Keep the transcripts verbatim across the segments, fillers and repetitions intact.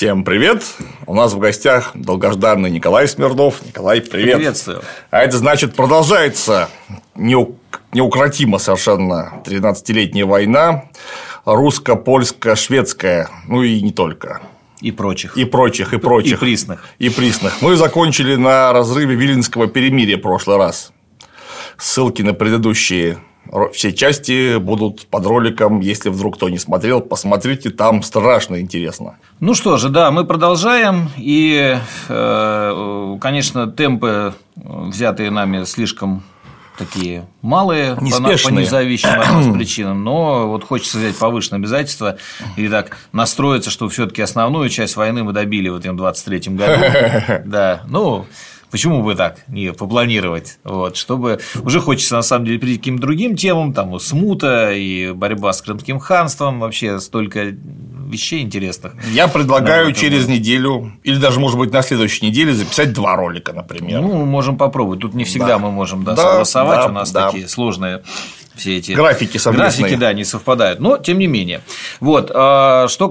Всем привет! У нас в гостях долгожданный Николай Смирнов. Николай, привет! Приветствую! А это значит, продолжается неукротимо совершенно тринадцатилетняя война русско-польско-шведская, ну и не только. И прочих. И прочих, и прочих. И присных. И присных. Мы закончили на разрыве Виленского перемирия в прошлый раз. Ссылки на предыдущие все части будут под роликом. Если вдруг кто не смотрел, посмотрите, там страшно интересно. Ну что же, да, мы продолжаем. И, конечно, темпы, взятые нами, слишком такие малые, по независимым от нас причинам, но вот хочется взять повышенное обязательство и так настроиться, что все-таки основную часть войны мы добили в этом двадцать третьем году. Да, ну. Почему бы так не попланировать? Вот, чтобы уже хочется, на самом деле, перейти к каким-то другим темам, там, смута и борьба с Крымским ханством, вообще столько вещей интересных. Я предлагаю да, через будет. неделю, или даже, может быть, на следующей неделе записать два ролика, например. Ну, можем попробовать. Тут не всегда да. мы можем да, да, согласовать, да, у нас да. такие сложные. Все эти графики совместные. Графики, да, не совпадают, но тем не менее. Вот, что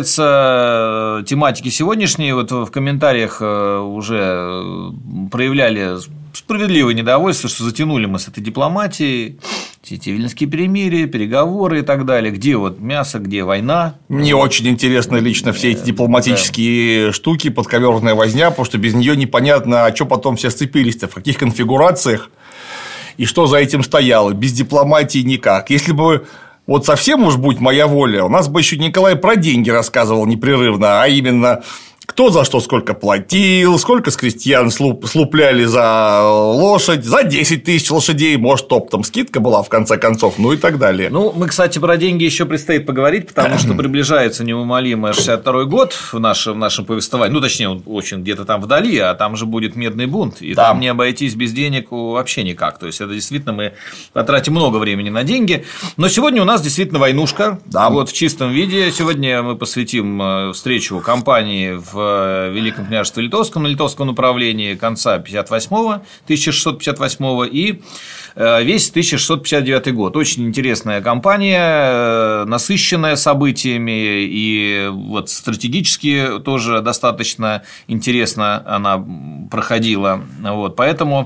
касается тематики сегодняшней, вот в комментариях уже проявляли справедливое недовольство, что затянули мы с этой дипломатией, все эти Виленские перемирия, переговоры и так далее. Где вот мясо, где война? Мне очень интересно лично все эти дипломатические да. штуки, подковерная возня, потому что без нее непонятно, а что потом все сцепились-то, в каких конфигурациях. И что за этим стояло? Без дипломатии никак. Если бы вот совсем уж будь моя воля, у нас бы еще Николай про деньги рассказывал непрерывно, а именно кто за что сколько платил, сколько с крестьян слупляли за лошадь, за десять тысяч лошадей, может, оптом скидка была в конце концов, ну и так далее. Ну, мы, кстати, про деньги еще предстоит поговорить, потому что приближается неумолимо шестьдесят второй год в нашем, в нашем повествовании, ну, точнее, он очень где-то там вдали, а там же будет медный бунт, и да. там не обойтись без денег вообще никак, то есть, это действительно мы потратим много времени на деньги, но сегодня у нас действительно войнушка, да. вот в чистом виде, сегодня мы посвятим встречу компании в в Великом княжестве Литовском на литовском направлении конца тысяча шестьсот пятьдесят восьмого и весь тысяча шестьсот пятьдесят девятый год. Очень интересная кампания, насыщенная событиями и вот стратегически тоже достаточно интересно она проходила. Вот, поэтому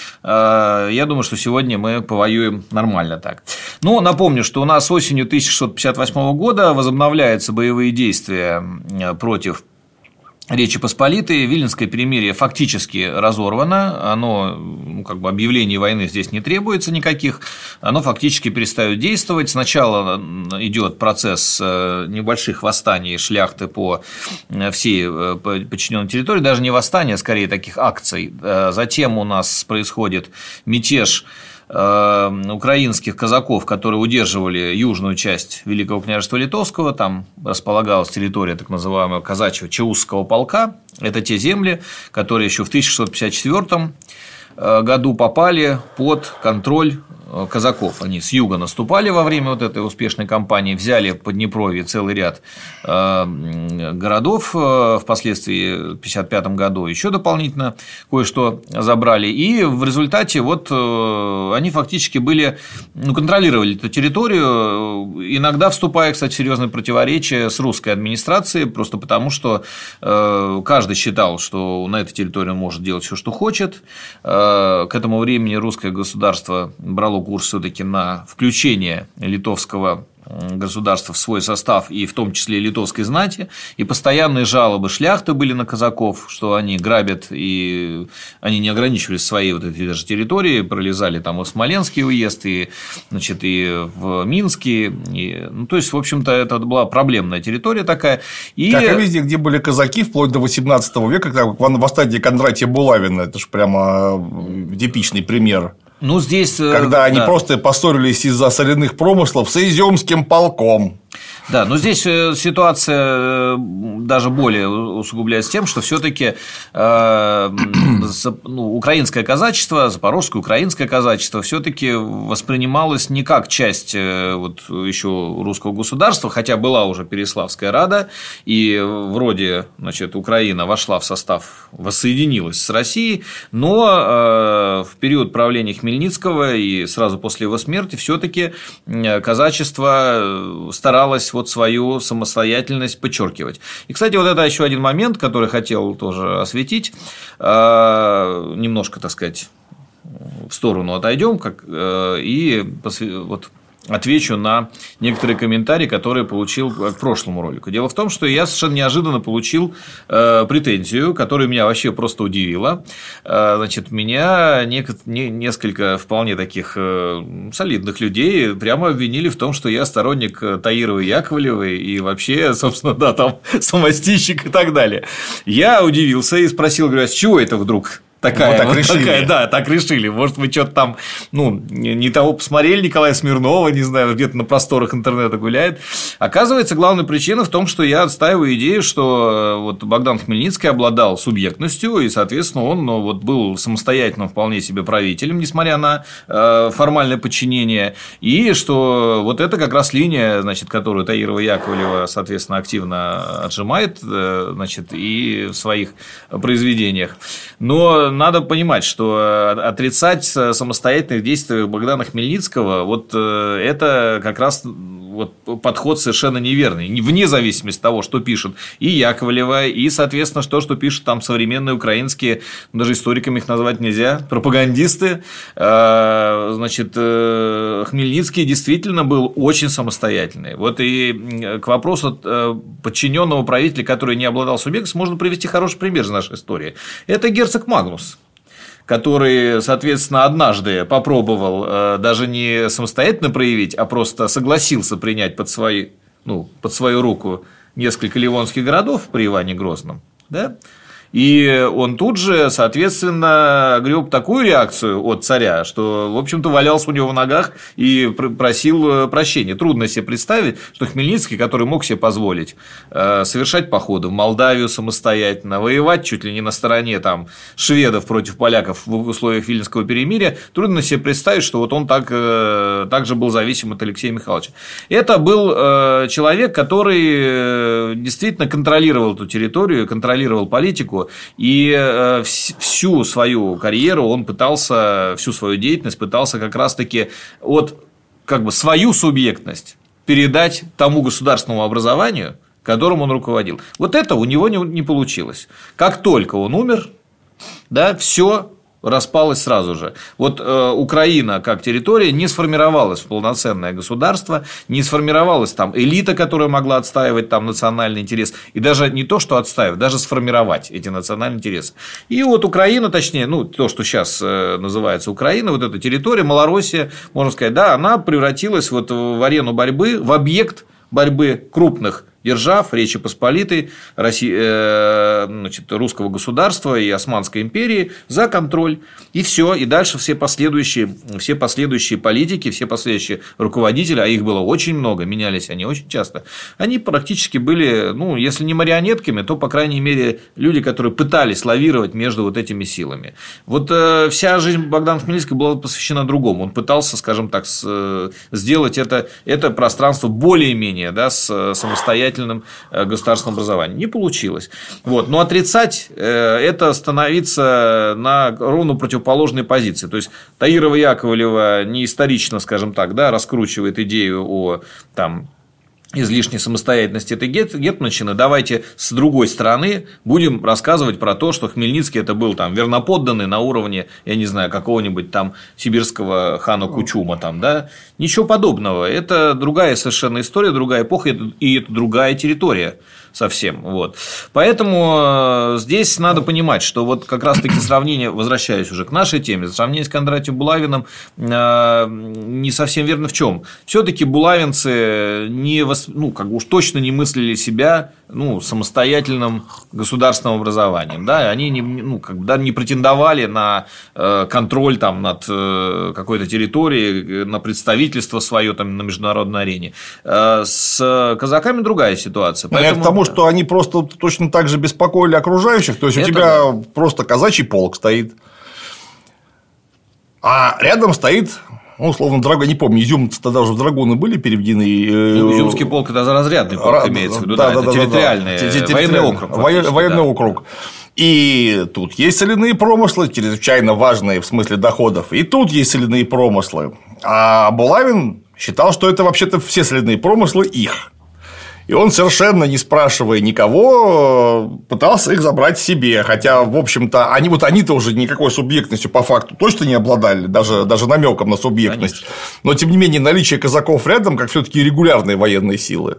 я думаю, что сегодня мы повоюем нормально так. Но напомню, что у нас осенью тысяча шестьсот пятьдесят восьмого года возобновляются боевые действия против Речи Посполитой. Виленское перемирие фактически разорвано, оно, ну, как бы объявлений войны здесь не требуется никаких, оно фактически перестает действовать. Сначала идет процесс небольших восстаний шляхты по всей подчиненной территории, даже не восстания, а скорее таких акций. Затем у нас происходит мятеж украинских казаков, которые удерживали южную часть Великого княжества Литовского, там располагалась территория так называемого казачьего Чаусского полка, это те земли, которые еще в тысяча шестьсот пятьдесят четвёртом году попали под контроль казаков. Они с юга наступали во время вот этой успешной кампании, взяли в Поднепровье целый ряд городов, впоследствии в пятьдесят пятом году еще дополнительно кое-что забрали, и в результате вот они фактически были, ну, контролировали эту территорию, иногда вступая, кстати, в серьезные противоречия с русской администрацией, просто потому что каждый считал, что на этой территории он может делать все, что хочет. К этому времени русское государство брало курс все-таки на включение литовского государства в свой состав, и в том числе литовской знати, и постоянные жалобы шляхты были на казаков, что они грабят, и они не ограничивались своей вот этой даже территории, пролезали там и в Смоленский уезд, и, значит, и в Минский, и, ну, то есть, в общем-то, это была проблемная территория такая. И... Как и везде, где были казаки, вплоть до восемнадцатого века, как восстание Кондратия Булавина, это же прямо типичный пример. Ну, здесь, когда они да. просто поссорились из-за соляных промыслов с Изюмским полком. Да, но здесь ситуация даже более усугубляется тем, что все-таки э, ну, украинское казачество, запорожское украинское казачество все-таки воспринималось не как часть вот, еще русского государства, хотя была уже Переяславская рада, и вроде, значит, Украина вошла в состав, воссоединилась с Россией, но э, в период правления Хмельницкого и сразу после его смерти все-таки казачество старалось пытались вот свою самостоятельность подчеркивать. И, кстати, вот это еще один момент, который хотел тоже осветить, немножко, так сказать, в сторону отойдем, как, и вот отвечу на некоторые комментарии, которые получил к прошлому ролику. Дело в том, что я совершенно неожиданно получил э, претензию, которая меня вообще просто удивила. Э, значит, меня нек- не, несколько вполне таких э, солидных людей прямо обвинили в том, что я сторонник Таировой, Яковлевой и вообще, собственно, да, там самостийщик и так далее. Я удивился и спросил, говорю, а с чего это вдруг? Такая, вот так вот решили. Такая, да, так решили. Может, вы что-то там, ну, не того посмотрели Николая Смирнова, не знаю, где-то на просторах интернета гуляет. Оказывается, главная причина в том, что я отстаиваю идею, что вот Богдан Хмельницкий обладал субъектностью, и, соответственно, он ну, вот был самостоятельным вполне себе правителем, несмотря на э, формальное подчинение, и что вот это как раз линия, значит, которую Таирова Яковлева, соответственно, активно отжимает, э, значит, и в своих произведениях. Но надо понимать, что отрицать самостоятельных действий Богдана Хмельницкого, вот это как раз вот подход совершенно неверный, вне зависимости от того, что пишут и Яковлева, и, соответственно, то, что пишут там современные украинские, даже историками их назвать нельзя, пропагандисты. Значит, Хмельницкий действительно был очень самостоятельный. Вот и к вопросу подчиненного правителя, который не обладал субъектностью, можно привести хороший пример из нашей истории. Это герцог Магнус, который, соответственно, однажды попробовал даже не самостоятельно проявить, а просто согласился принять под, свои, ну, под свою руку несколько ливонских городов при Иване Грозном, да? И он тут же, соответственно, греб такую реакцию от царя, что, в общем-то, валялся у него в ногах и просил прощения. Трудно себе представить, что Хмельницкий, который мог себе позволить совершать походы в Молдавию самостоятельно, воевать чуть ли не на стороне там, шведов против поляков в условиях Виленского перемирия, трудно себе представить, что вот он так, так же был зависим от Алексея Михайловича. Это был человек, который действительно контролировал эту территорию, контролировал политику. И всю свою карьеру он пытался, всю свою деятельность пытался как раз-таки от как бы свою субъектность передать тому государственному образованию, которым он руководил. Вот это у него не получилось. Как только он умер, да, все распалось сразу же. Вот э, Украина как территория не сформировалась в полноценное государство, не сформировалась там элита, которая могла отстаивать там национальный интерес, и даже не то, что отстаивать, даже сформировать эти национальные интересы. И вот Украина, точнее, ну, то, что сейчас э, называется Украина, вот эта территория, Малороссия, можно сказать, да, она превратилась вот в арену борьбы, в объект борьбы крупных держав, Речи Посполитой, России, э, значит, русского государства и Османской империи за контроль. И все. И дальше все последующие, все последующие политики, все последующие руководители, а их было очень много, менялись они очень часто, они практически были, ну, если не марионетками, то, по крайней мере, люди, которые пытались лавировать между вот этими силами. Вот э, вся жизнь Богдана Хмельницкого была посвящена другому. Он пытался, скажем так, с, э, сделать это, это пространство более-менее, да, с самостоятельным государственным образованием. Не получилось. Вот. Но отрицать это становиться на ровно противоположной позиции. То есть Таирова Яковлева не исторично, скажем так, да, раскручивает идею о там, излишней самостоятельности этой гетманщины. Давайте с другой стороны будем рассказывать про то, что Хмельницкий это был там верноподданный на уровне, я не знаю, какого-нибудь там сибирского хана Кучума там, да? Ничего подобного. Это другая совершенно история, другая эпоха, и это другая территория совсем. Вот. Поэтому здесь надо понимать, что вот как раз-таки сравнение, возвращаясь уже к нашей теме, сравнение с Кондратием Булавиным не совсем верно в чем. Все-таки булавинцы не, ну, как бы уж точно не мыслили себя ну, самостоятельным государственным образованием. Да? Они не, ну, как бы, да, не претендовали на контроль там, над какой-то территорией, на представительство свое там, на международной арене. С казаками другая ситуация. Поэтому... Это потому, что они просто точно так же беспокоили окружающих. То есть, это у тебя да. просто казачий полк стоит, а рядом стоит. Ну, условно, драгун, не помню, изюмцы тогда уже в драгуны были переведены. Ну, изюмский полк – это разрядный полк, Ра... имеется в виду, да, да, да, это территориальный, да, да. военный округ. Военный да. округ. И тут есть соляные промыслы, чрезвычайно важные в смысле доходов, и тут есть соляные промыслы. А Булавин считал, что это вообще-то все соляные промыслы их. И он, совершенно не спрашивая никого, пытался их забрать себе. Хотя, в общем-то, они, вот они-то уже никакой субъектностью по факту точно не обладали, даже, даже намеком на субъектность. Конечно. Но, тем не менее, наличие казаков рядом, как все-таки регулярные военные силы,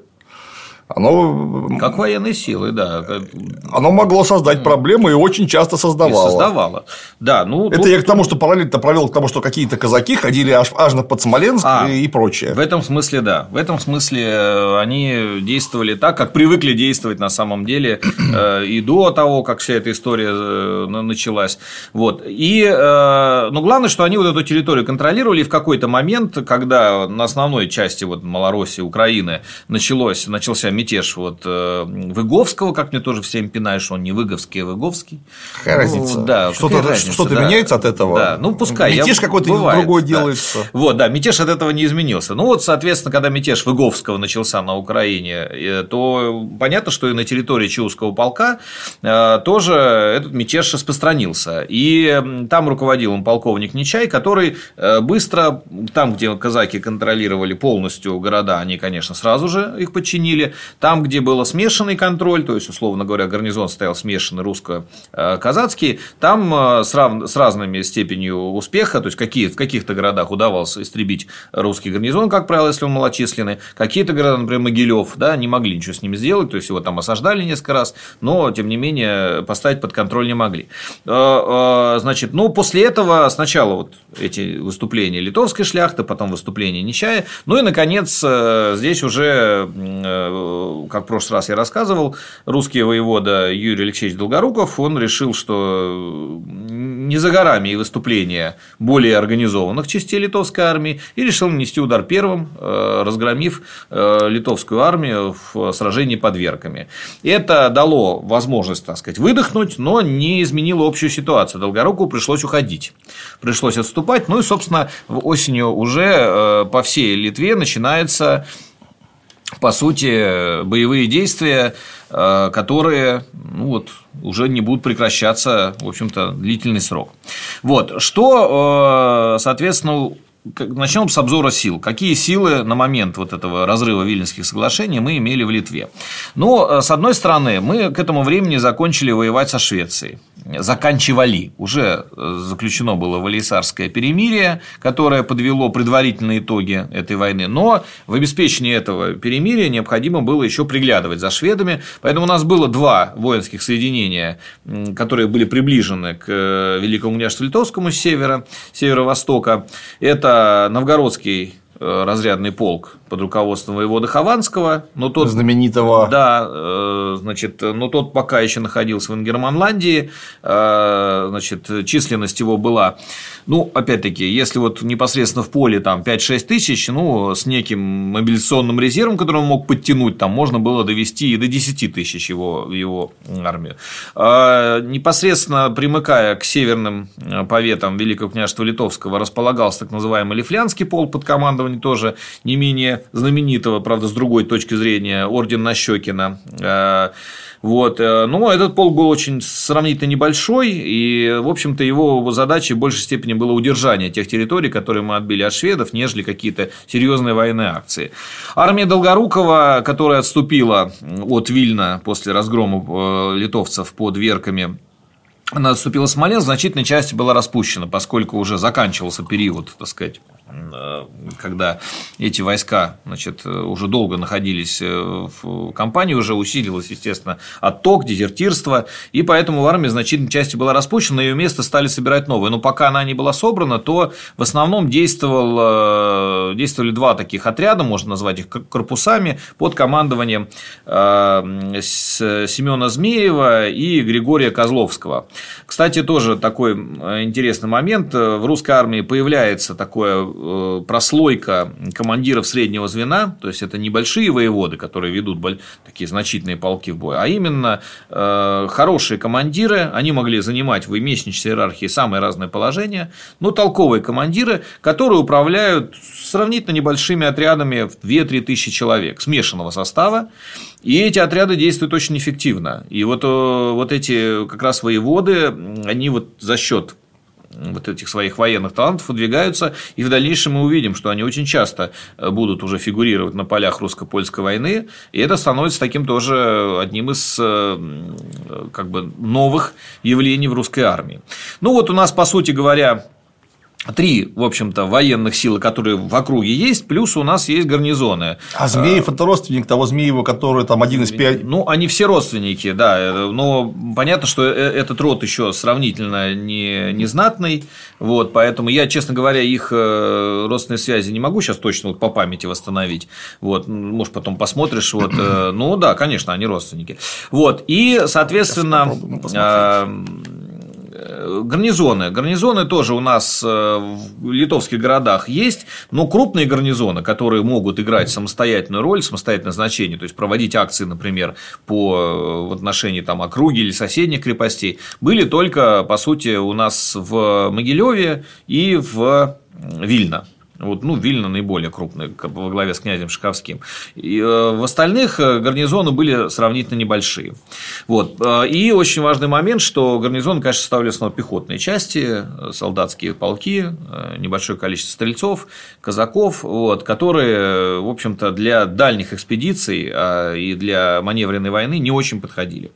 оно... Как военные силы, да. Оно могло создать проблемы и очень часто создавало. И создавало. Да, ну, это тут... я к тому, что параллельно провел к тому, что какие-то казаки ходили аж, аж на под Смоленск а, и прочее. В этом смысле, да. В этом смысле они действовали так, как привыкли действовать на самом деле и до того, как вся эта история началась. Вот. И, но главное, что они вот эту территорию контролировали, и в какой-то момент, когда на основной части вот Малороссии, Украины началось, начался мятеж вот Выговского, как мне тоже всем пинают, что он не Выговский, а Выговский. Какая разница? Ну, да, что-то разница, что-то да. меняется от этого? Да, ну пускай. Мятеж какой-то бывает, другой да. делается. Вот, да, мятеж от этого не изменился. Ну вот, соответственно, когда мятеж Выговского начался на Украине, то понятно, что и на территории Чаусского полка тоже этот мятеж распространился. И там руководил он полковник Нечай, который быстро, там, где казаки контролировали полностью города, они, конечно, сразу же их подчинили. Там, где был смешанный контроль, то есть, условно говоря, гарнизон стоял смешанный русско-казацкий, там с, рав... с разными степенью успеха, то есть, какие... в каких-то городах удавалось истребить русский гарнизон, как правило, если он малочисленный, какие-то города, например, Могилев, да, не могли ничего с ними сделать, то есть, его там осаждали несколько раз, но, тем не менее, поставить под контроль не могли. Значит, ну, после этого сначала вот эти выступления литовской шляхты, потом выступления Нечая, ну и, наконец, здесь уже, как в прошлый раз я рассказывал, русский воевода Юрий Алексеевич Долгоруков, он решил, что не за горами и выступления более организованных частей литовской армии, и решил нанести удар первым, разгромив литовскую армию в сражении под Верками. Это дало возможность, так сказать, выдохнуть, но не изменило общую ситуацию. Долгорукову пришлось уходить, пришлось отступать, ну и, собственно, осенью уже по всей Литве начинается, по сути, боевые действия, которые, ну вот, уже не будут прекращаться, в общем-то, длительный срок. Вот, что, соответственно, начнем с обзора сил. Какие силы на момент вот этого разрыва Вильнюсских соглашений мы имели в Литве? Ну, с одной стороны, мы к этому времени закончили воевать со Швецией. Заканчивали. Уже заключено было Валейсарское перемирие, которое подвело предварительные итоги этой войны. Но в обеспечении этого перемирия необходимо было еще приглядывать за шведами. Поэтому у нас было два воинских соединения, которые были приближены к Великому княжеству Литовскому с севера, северо-востока. Это Новгородский разрядный полк под руководством воевода Хованского, но тот, знаменитого, да, значит, но тот пока еще находился в Ингерманландии, значит, численность его была, ну, опять-таки, если вот непосредственно в поле там пять-шесть тысяч, ну, с неким мобилизационным резервом, который он мог подтянуть, там можно было довести и до десяти тысяч его, его армию. Непосредственно примыкая к северным поветам Великого княжества Литовского располагался так называемый Лифлянский полк под командованием тоже не менее знаменитого, правда, с другой точки зрения, орден Нащекина. Вот. Но этот полк был очень сравнительно небольшой, и, в общем-то, его задачей в большей степени было удержание тех территорий, которые мы отбили от шведов, нежели какие-то серьезные военные акции. Армия Долгорукова, которая отступила от Вильна после разгрома литовцев под Верками, она отступила в Смоленск, в значительной части была распущена, поскольку уже заканчивался период, так сказать, когда эти войска, значит, уже долго находились в кампании, уже усилилось, естественно, отток, дезертирство, и поэтому в армии в значительной части была распущена, на ее место стали собирать новые. Но пока она не была собрана, то в основном действовал, действовали два таких отряда, можно назвать их корпусами, под командованием Семена Змеева и Григория Козловского. Кстати, тоже такой интересный момент. В русской армии появляется такое прослойка командиров среднего звена, то есть это небольшие воеводы, которые ведут такие значительные полки в бой, а именно хорошие командиры, они могли занимать в месячной иерархии самые разные положения, но толковые командиры, которые управляют сравнительно небольшими отрядами в две-три тысячи человек смешанного состава, и эти отряды действуют очень эффективно. И вот, вот эти как раз воеводы, они вот за счет вот этих своих военных талантов выдвигаются, и в дальнейшем мы увидим, что они очень часто будут уже фигурировать на полях русско-польской войны, и это становится таким тоже одним из как бы новых явлений в русской армии. Ну вот у нас, по сути говоря, три, в общем-то, военных силы, которые в округе есть, плюс у нас есть гарнизоны. А Змеев – это родственник того Змеева, который там один из пяти… Ну, они все родственники, да, но понятно, что этот род еще сравнительно не, не знатный, вот, поэтому я, честно говоря, их родственные связи не могу сейчас точно вот по памяти восстановить, вот, может, потом посмотришь, вот, ну, да, конечно, они родственники, вот, и, соответственно… Гарнизоны. Гарнизоны тоже у нас в литовских городах есть, но крупные гарнизоны, которые могут играть самостоятельную роль, самостоятельное значение, то есть проводить акции, например, по в отношении там, округи или соседних крепостей, были только, по сути, у нас в Могилеве и в Вильно. Вот, ну, Вильно наиболее крупный, во главе с князем Шаховским. И, э, в остальных гарнизоны были сравнительно небольшие. Вот. И очень важный момент, что гарнизоны, конечно, составляли в основном пехотные части, солдатские полки, небольшое количество стрельцов, казаков, вот, которые, в общем-то, для дальних экспедиций а, и для маневренной войны не очень подходили.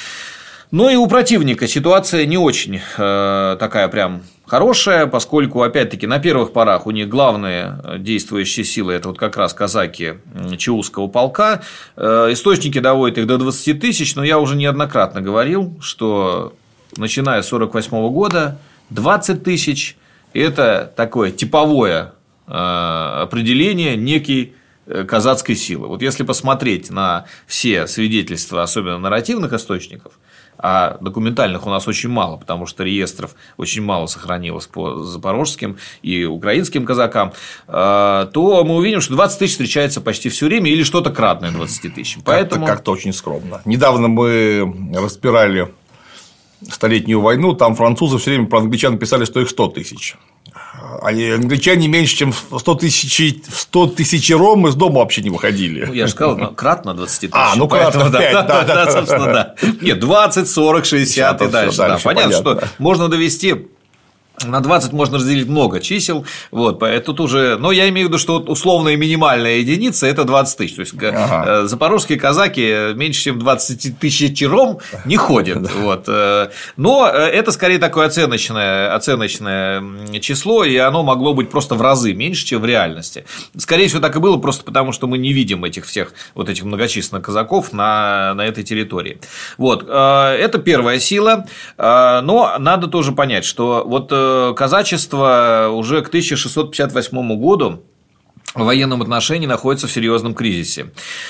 Но и у противника ситуация не очень э, такая прям хорошая, поскольку, опять-таки, на первых порах у них главные действующие силы – это вот как раз казаки Чаусского полка. Э, источники доводят их до двадцати тысяч, но я уже неоднократно говорил, что начиная с сорок восьмого года двадцать тысяч – это такое типовое э, определение некий казацкой силы. Вот если посмотреть на все свидетельства, особенно нарративных источников, а документальных у нас очень мало, потому что реестров очень мало сохранилось по запорожским и украинским казакам, то мы увидим, что двадцать тысяч встречается почти все время или что-то кратное двадцати тысяч. Поэтому… Как-то, как-то очень скромно. Недавно мы разбирали Столетнюю войну, там французы все время про англичан писали, что их сто тысяч. А англичане меньше, чем в сто тысячером из дома вообще не выходили. Ну, я же сказал, ну, кратно двадцати тысяч. А, ну кратно в пять, да, да, собственно, да. Нет, двадцать, сорок, шестьдесят и дальше. Понятно, что можно довести. На двадцать можно разделить много чисел, вот, тут уже, но я имею в виду, что условная минимальная единица – это двадцать тысяч, то есть ага. Запорожские казаки меньше, чем двадцать тысячером не ходят, вот, но это скорее такое оценочное, оценочное число, и оно могло быть просто в разы меньше, чем в реальности. Скорее всего, так и было, просто потому, что мы не видим этих всех вот этих многочисленных казаков на, на этой территории. Вот, это первая сила, но надо тоже понять, что вот казачество уже к тысяча шестьсот пятьдесят восьмому году в военном отношении находится в серьезном кризисе.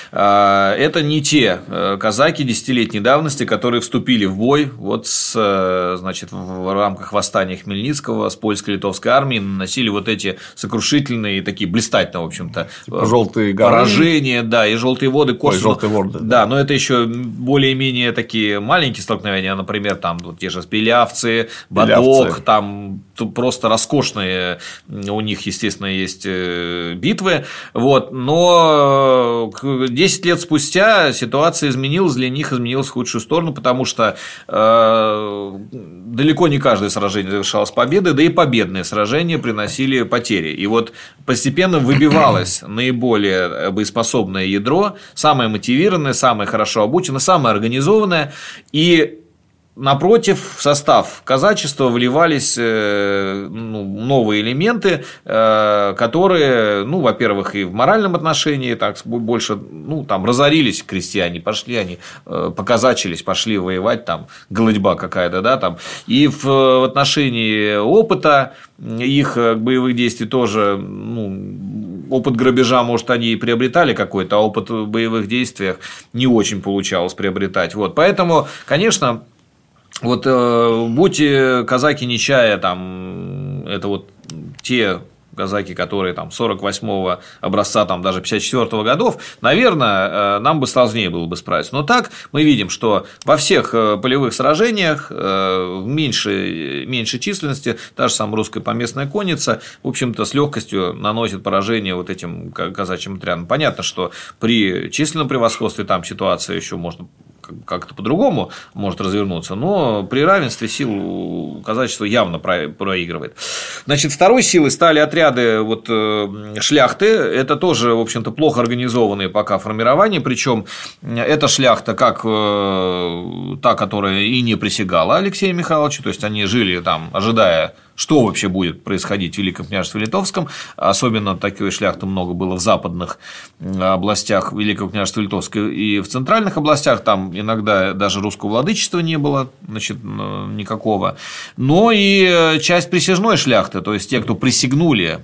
Это не те казаки десятилетней давности, которые вступили в бой вот с, значит, в рамках восстания Хмельницкого с польско-литовской армией, наносили вот эти сокрушительные, такие блистательные, в общем-то, типа желтые поражения, да, и желтые воды косвенно. Ой, желтые воды, да, да, но это еще более-менее такие маленькие столкновения, например, там вот те же Белявцы, Бодок, там просто роскошные у них, естественно, есть битвы, вот, но десять лет спустя ситуация изменилась, для них изменилась в худшую сторону, потому что э, далеко не каждое сражение завершалось победой, да и победные сражения приносили потери. И вот постепенно выбивалось наиболее боеспособное ядро, самое мотивированное, самое хорошо обученное, самое организованное, и напротив, в состав казачества вливались ну, новые элементы, которые, ну, во-первых, и в моральном отношении так больше, ну, там разорились крестьяне, пошли они, показачились, пошли воевать, там, голодьба какая-то, да, там, и в отношении опыта их боевых действий тоже, ну, опыт грабежа, может, они и приобретали какой-то, а опыт в боевых действиях не очень получалось приобретать, вот, поэтому, конечно, вот э, будь казаки Нечая, там, это вот те казаки, которые там сорок восьмого образца, там даже пятьдесят четвёртого годов, наверное, нам бы сложнее было бы справиться. Но так мы видим, что во всех полевых сражениях в меньшей, меньшей численности та же самая русская поместная конница, в общем-то, с легкостью наносит поражение вот этим казачьим отрядам. Понятно, что при численном превосходстве там ситуация еще можно как-то по-другому может развернуться, но при равенстве сил казачество явно проигрывает. Значит, второй силой стали отряды вот, шляхты. Это тоже, в общем-то, плохо организованные пока формирования. Причем эта шляхта, как та, которая и не присягала Алексею Михайловичу, то есть они жили там, ожидая, что вообще будет происходить в Великом княжестве Литовском. Особенно такой шляхты много было в западных областях Великого княжества Литовского и в центральных областях. Там иногда даже русского владычества не было, значит, никакого. Но и часть присяжной шляхты, то есть те, кто присягнули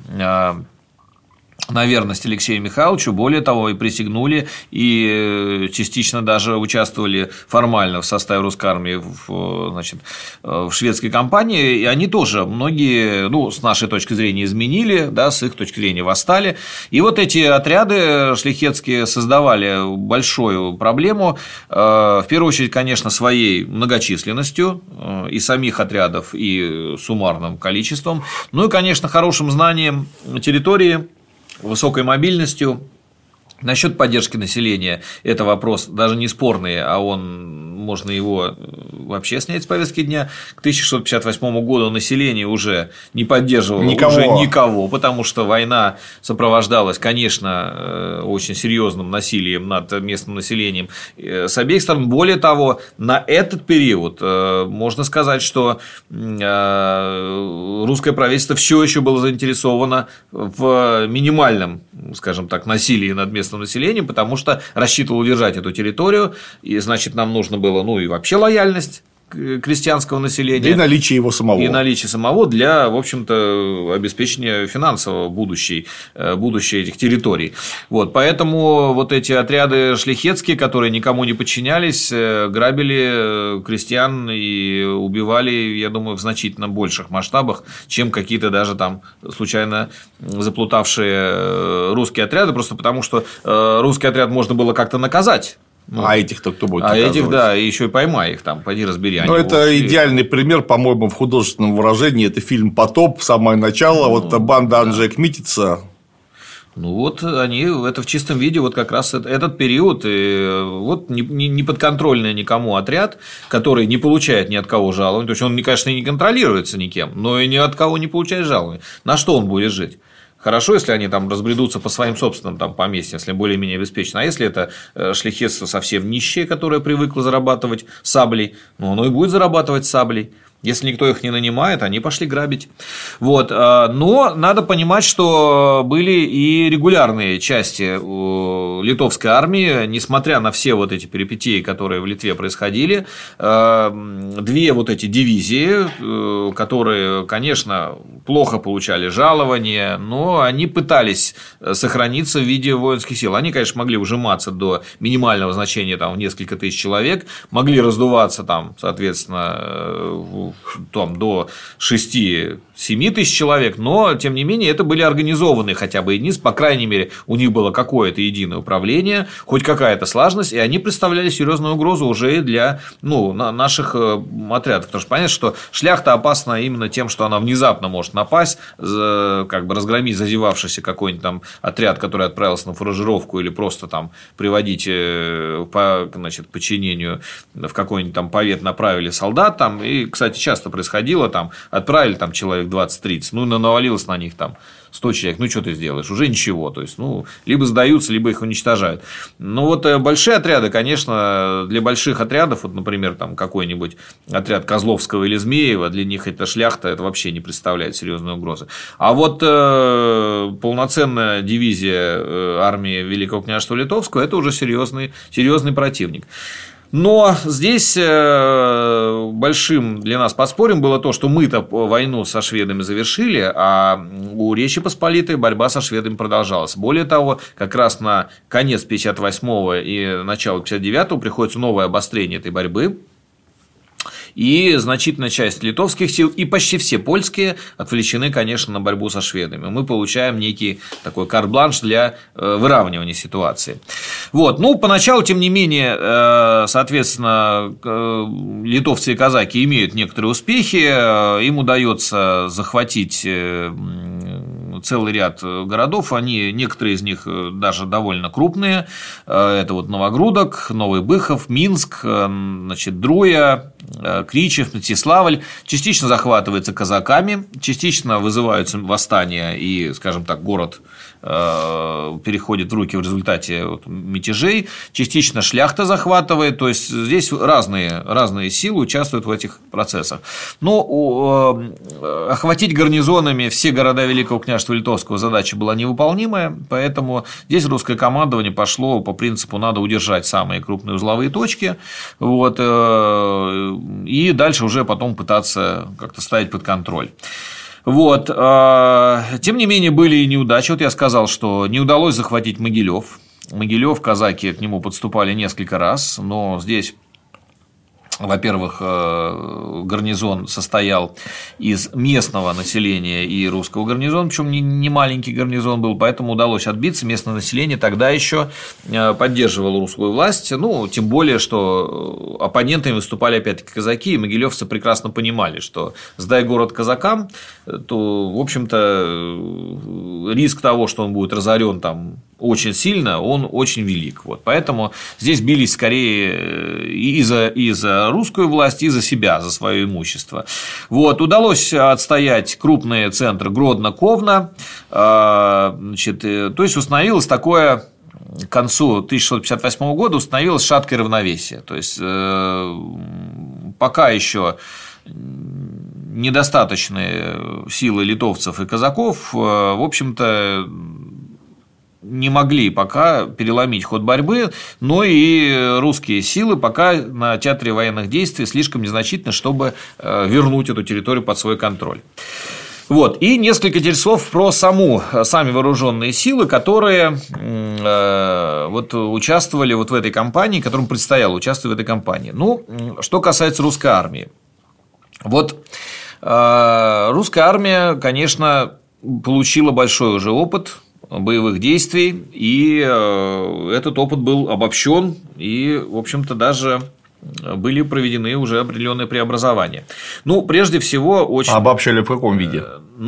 на верность Алексею Михайловичу, более того, и присягнули, и частично даже участвовали формально в составе русской армии в, значит, в шведской кампании, и они тоже многие, ну, с нашей точки зрения изменили, да, с их точки зрения восстали, и вот эти отряды шляхетские создавали большую проблему, в первую очередь, конечно, своей многочисленностью и самих отрядов, и суммарным количеством, ну и, конечно, хорошим знанием территории, высокой мобильностью. Насчет поддержки населения – это вопрос даже не спорный, а он, можно его вообще снять с повестки дня. К тысяча шестьсот пятьдесят восьмому году население уже не поддерживало никого. уже никого, потому что война сопровождалась, конечно, очень серьезным насилием над местным населением с обеих сторон. Более того, на этот период можно сказать, что русское правительство все еще было заинтересовано в минимальном, скажем так, насилии над местным населением, потому что рассчитывал удержать эту территорию, и, значит, нам нужно было, ну, и вообще лояльность крестьянского населения. И наличие его самого. И наличие самого для, в общем-то, обеспечения финансового будущей, будущей этих территорий. Вот, поэтому вот эти отряды шляхетские, которые никому не подчинялись, грабили крестьян и убивали, я думаю, в значительно больших масштабах, чем какие-то даже там случайно заплутавшие русские отряды, просто потому что русский отряд можно было как-то наказать. Ну, а этих-то кто будет А наказывать? Этих, да, и еще и поймай их там, пойди разбери. Ну, это и... идеальный пример, по-моему, в художественном выражении. Это фильм «Потоп», самое начало, ну, вот банда да. Анджея Кмитица. Ну, вот они, это в чистом виде, вот как раз этот период, и вот не подконтрольный никому отряд, который не получает ни от кого жалований, то есть он, конечно, не контролируется никем, но и ни от кого не получает жалований. На что он будет жить? Хорошо, если они там разбредутся по своим собственным там, поместьям, если более-менее обеспечено. А если это шляхетство совсем нищее, которое привыкло зарабатывать саблей, ну, оно и будет зарабатывать саблей. Если никто их не нанимает, они пошли грабить. Вот. Но надо понимать, что были и регулярные части литовской армии, несмотря на все вот эти перипетии, которые в Литве происходили. Две вот эти дивизии, которые, конечно, плохо получали жалования, но они пытались сохраниться в виде воинских сил. Они, конечно, могли ужиматься до минимального значения там, в несколько тысяч человек, могли раздуваться там, соответственно, там, до шести-семи тысяч человек, но, тем не менее, это были организованные хотя бы единицы, по крайней мере, у них было какое-то единое управление, хоть какая-то слаженность, и они представляли серьезную угрозу уже для ну, наших отрядов. Потому что понятно, что шляхта опасна именно тем, что она внезапно может напасть, как бы разгромить зазевавшийся какой-нибудь там отряд, который отправился на фуражировку, или просто там приводить по значит, подчинению в какой-нибудь там повет направили солдат, там, и, кстати, часто происходило, там, отправили там, человек двадцать-тридцать, ну, навалилось на них там сто человек, ну, что ты сделаешь, уже ничего, то есть, ну, либо сдаются, либо их уничтожают. Но вот большие отряды, конечно, для больших отрядов, вот, например, там какой-нибудь отряд Козловского или Змеева, для них это шляхта, это вообще не представляет серьезной угрозы. А вот э, полноценная дивизия э, армии Великого княжества Литовского – это уже серьезный, серьезный противник. Но здесь большим для нас подспорьем было то, что мы-то войну со шведами завершили, а у Речи Посполитой борьба со шведами продолжалась. Более того, как раз на конец пятьдесят восьмого и начало пятьдесят девятого приходится новое обострение этой борьбы. И значительная часть литовских сил и почти все польские отвлечены, конечно, на борьбу со шведами. Мы получаем некий такой карт-бланш для выравнивания ситуации. Вот. Ну, поначалу, тем не менее, соответственно, литовцы и казаки имеют некоторые успехи. Им удается захватить целый ряд городов, они, некоторые из них даже довольно крупные. Это вот Новогрудок, Новый Быхов, Минск, значит, Друя, Кричев, Мстиславль. Частично захватывается казаками, частично вызываются восстания и, скажем так, город переходит в руки в результате мятежей, частично шляхта захватывает, то есть здесь разные, разные силы участвуют в этих процессах. Но охватить гарнизонами все города Великого княжества Литовского задача была невыполнимая, поэтому здесь русское командование пошло по принципу «надо удержать самые крупные узловые точки», вот, и дальше уже потом пытаться как-то ставить под контроль. Вот. Тем не менее, были и неудачи. Вот я сказал, что не удалось захватить Могилев. Могилев, казаки к нему подступали несколько раз, но здесь, во-первых, гарнизон состоял из местного населения и русского гарнизона, причем не маленький гарнизон был, поэтому удалось отбиться. Местное население тогда еще поддерживало русскую власть, ну, тем более, что оппонентами выступали опять-таки казаки, и могилевцы прекрасно понимали, что сдай город казакам, то, в общем-то, риск того, что он будет разорен там очень сильно, он очень велик. Вот. Поэтому здесь бились скорее и за, и за русскую власть, и за себя, за свое имущество. Вот. Удалось отстоять крупные центры Гродно, Ковна. Значит, то есть установилось такое, к концу тысяча шестьсот пятьдесят восьмого года установилось шаткое равновесие. То есть пока еще недостаточные силы литовцев и казаков, в общем-то, не могли пока переломить ход борьбы, но и русские силы пока на театре военных действий слишком незначительны, чтобы вернуть эту территорию под свой контроль. Вот. И несколько слов про саму, сами вооруженные силы, которые э, вот, участвовали вот в этой кампании, которым предстояло участвовать в этой кампании. Ну, что касается русской армии. Вот э, русская армия, конечно, получила большой уже опыт боевых действий, и этот опыт был обобщен, и, в общем-то, даже были проведены уже определенные преобразования. Ну, прежде всего, очень… Обобщали в каком виде?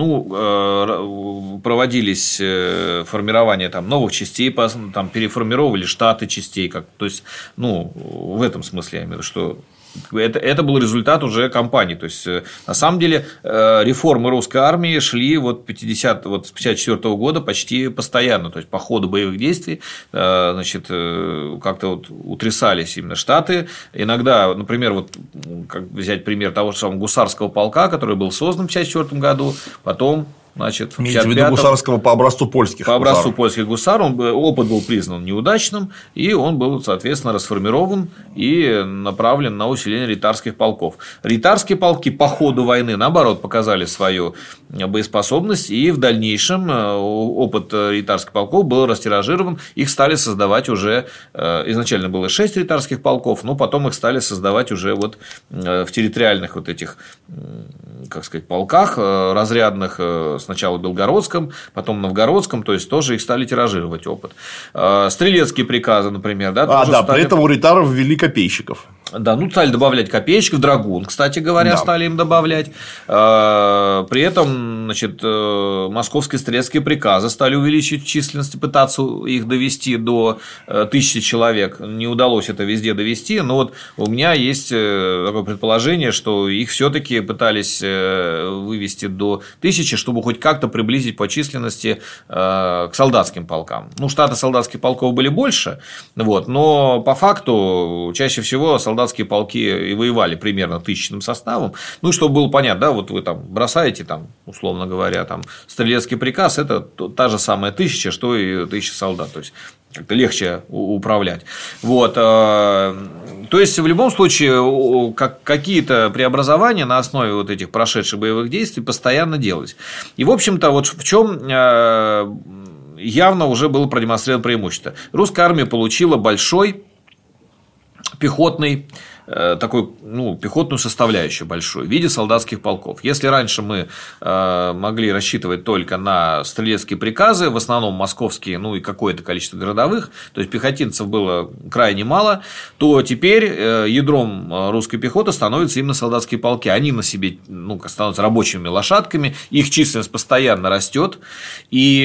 Ну, проводились формирования там новых частей, там переформировали штаты частей, как, то есть, ну, в этом смысле я имею в виду, что… Это, это был результат уже кампании. То есть, на самом деле, реформы русской армии шли вот, пятьдесят, вот с пятьдесят четвёртого года почти постоянно. То есть, по ходу боевых действий, значит, как-то вот утрясались именно штаты. Иногда, например, вот, как взять пример того же самого гусарского полка, который был создан в пятьдесят четвёртом году, потом… Значит, в имеется в виду гусарского по образцу польских По образцу гусар. польских гусар. Он, опыт был признан неудачным, и он был, соответственно, расформирован и направлен на усиление ритарских полков. Ритарские полки по ходу войны, наоборот, показали свою боеспособность, и в дальнейшем опыт ритарских полков был растиражирован. Их стали создавать уже, изначально было шесть ритарских полков, но потом их стали создавать уже вот в территориальных вот этих, как сказать, полках разрядных, сначала в Белгородском, потом в Новгородском, то есть тоже их стали тиражировать опыт. Стрелецкие приказы, например, да, а, да, стали... при этом у ритаров ввели копейщиков. Да, ну стали добавлять копеечков, драгун, кстати говоря, да. стали им добавлять. При этом, значит, московские стрелецкие приказы стали увеличивать численность, пытаться их довести до тысячи человек. Не удалось это везде довести, но вот у меня есть такое предположение, что их все-таки пытались вывести до тысячи, чтобы хоть как-то приблизить по численности к солдатским полкам. Ну, штаты солдатских полков были больше, вот, но по факту чаще всего солдаты солдатские полки и воевали примерно тысячным составом. Ну, чтобы было понятно, да, вот вы там бросаете, там, условно говоря, там, стрелецкий приказ – это та же самая тысяча, что и тысяча солдат. То есть, как-то легче управлять. Вот. То есть, в любом случае, какие-то преобразования на основе вот этих прошедших боевых действий постоянно делались. И, в общем-то, вот в чем явно уже было продемонстрировано преимущество. Русская армия получила большой пехотный такой, ну, пехотную составляющую большую в виде солдатских полков. Если раньше мы могли рассчитывать только на стрелецкие приказы, в основном московские, ну и какое-то количество городовых, то есть пехотинцев было крайне мало, то теперь ядром русской пехоты становятся именно солдатские полки. Они на себе, ну, становятся рабочими лошадками, их численность постоянно растет, и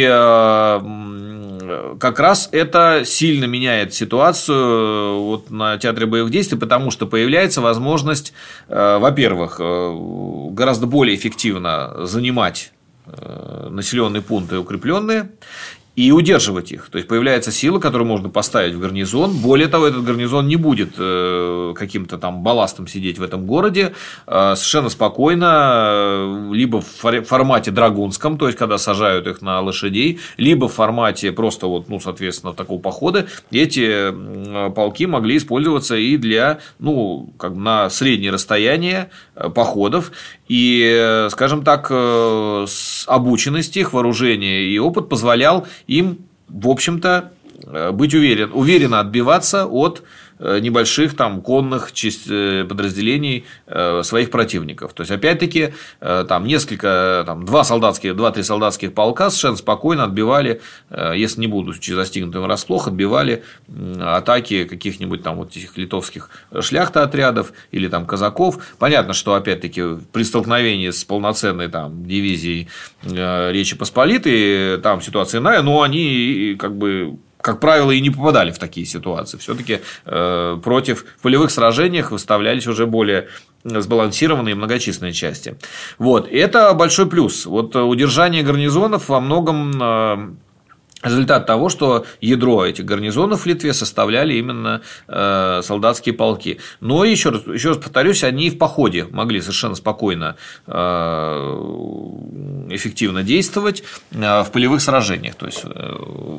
как раз это сильно меняет ситуацию вот на театре боевых действий, потому что появляется возможность, во-первых, гораздо более эффективно занимать населенные пункты укрепленные и удерживать их. То есть появляется сила, которую можно поставить в гарнизон. Более того, этот гарнизон не будет каким-то там балластом сидеть в этом городе. Совершенно спокойно, либо в формате драгунском, то есть когда сажают их на лошадей, либо в формате просто вот, ну, соответственно, такого похода, эти полки могли использоваться и для, ну, как бы на среднее расстояние походов. И, скажем так, обученность их, вооружение и опыт позволял им, в общем-то, быть уверен, уверенно отбиваться от небольших там конных подразделений своих противников. То есть, опять-таки, там несколько, там, два солдатских, два-три солдатских полка совершенно спокойно отбивали, если не будучи застигнутым врасплох, отбивали атаки каких-нибудь там вот этих литовских шляхта-отрядов или там казаков. Понятно, что, опять-таки, при столкновении с полноценной там дивизией Речи Посполитой там ситуация иная, но они как бы, как правило, и не попадали в такие ситуации. Все-таки э, против в полевых сражениях выставлялись уже более сбалансированные и многочисленные части. Вот. Это большой плюс. Вот удержание гарнизонов во многом э, результат того, что ядро этих гарнизонов в Литве составляли именно э, солдатские полки. Но еще раз, еще раз повторюсь, они и в походе могли совершенно спокойно, э, эффективно действовать э, в полевых сражениях. То есть э,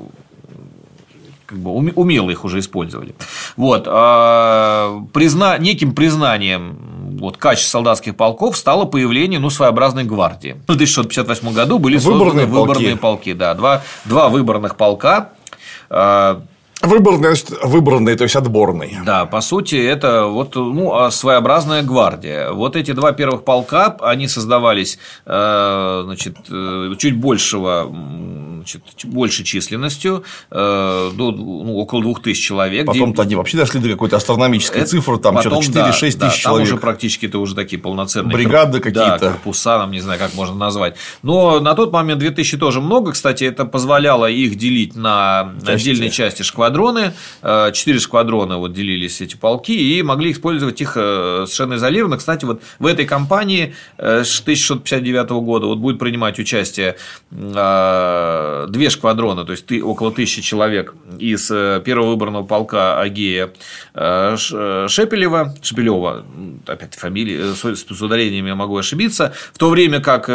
как бы умело их уже использовали. Вот. Призна... Неким признанием вот, качеств солдатских полков стало появление, ну, своеобразной гвардии. В тысяча шестьсот пятьдесят восьмом году были выборные созданы выборные полки. полки да, два, два выборных полка. Выборные, выборные, то есть отборные. Да, по сути, это вот, ну, своеобразная гвардия. Вот эти два первых полка, они создавались, значит, чуть большего, значит, большей численностью, до, ну, около двух тысяч человек. Потом-то они вообще дошли до какой-то астрономической это, цифры, там что-то четыре-шесть да, тысяч да, человек. Там уже практически это уже такие полноценные бригады какие-то. Да, корпуса, там, не знаю, как можно назвать. Но на тот момент две тысячи тоже много, кстати, это позволяло их делить на части. Отдельные части шквадроны. Четыре шквадрона вот делились эти полки и могли использовать их совершенно изолированно. Кстати, вот в этой кампании с тысяча шестьсот пятьдесят девятого года вот будет принимать участие две шквадрона, то есть около тысячи человек из первого выборного полка Агея Шепелева, Шепелева, опять фамилии, с ударениями я могу ошибиться, в то время как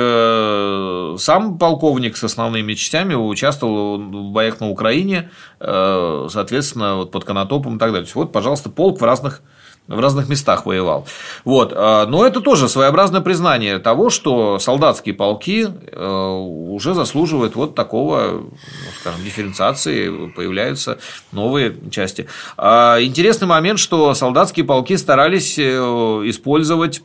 сам полковник с основными частями участвовал в боях на Украине, соответственно, вот под Конотопом и так далее. Вот, пожалуйста, полк в разных, в разных местах воевал. Вот. Но это тоже своеобразное признание того, что солдатские полки уже заслуживают вот такого, ну, скажем, дифференциации, появляются новые части. Интересный момент, что солдатские полки старались использовать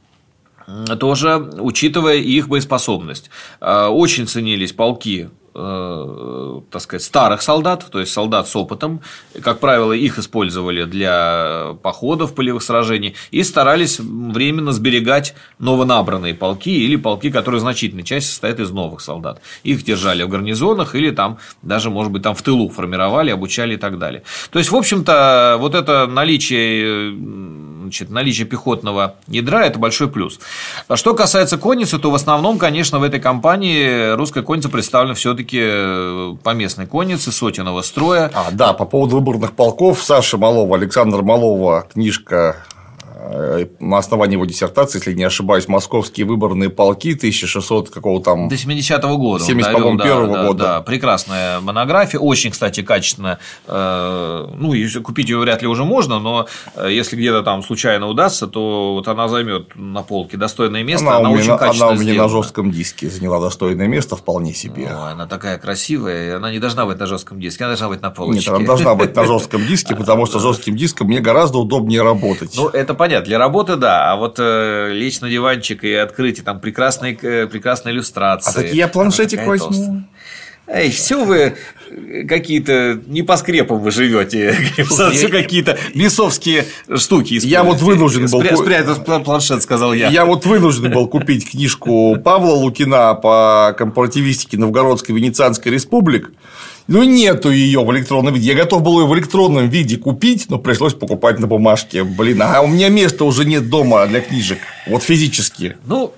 тоже, учитывая их боеспособность. Очень ценились полки, так сказать, старых солдат, то есть солдат с опытом. Как правило, их использовали для походов, полевых сражений и старались временно сберегать новонабранные полки или полки, которые в значительной части состоят из новых солдат. Их держали в гарнизонах или там даже, может быть, там в тылу формировали, обучали и так далее. То есть, в общем-то, вот это наличие, значит, наличие пехотного ядра – это большой плюс. А что касается конницы, то в основном, конечно, в этой кампании русская конница представлена все-таки по местной коннице, сотенного строя. А, да, по поводу выборных полков Саши Малова, Александра Малова, книжка на основании его диссертации, если не ошибаюсь, «Московские выборные полки» тысяча шестьсот какого там... До семидесятого года. семьдесят первого да, года. Да, прекрасная монография, очень, кстати, качественно. Ну, купить ее вряд ли уже можно, но если где-то там случайно удастся, то вот она займет на полке достойное место. Она, она у очень меня, качественно она у меня сделана. на жестком диске заняла достойное место вполне себе. Ой, она такая красивая, она не должна быть на жестком диске, она должна быть на полочке. Нет, она должна быть на жестком диске, потому что жестким диском мне гораздо удобнее работать. Ну, это понятно, для работы да, а вот э, лечь на диванчик и открыть, и там прекрасные, э, прекрасные иллюстрации. А так я планшетик возьму. Толстая. Эй, все вы какие-то не по скрепам вы живете, все какие-то бесовские штуки. Я вот вынужден был спрятать планшет, сказал я. Я вот вынужден был купить книжку Павла Лукина по компаративистике Новгородской Венецианской республики. Ну, нету ее в электронном виде. Я готов был ее в электронном виде купить, но пришлось покупать на бумажке. Блин, а у меня места уже нет дома для книжек. Вот физически. Ну,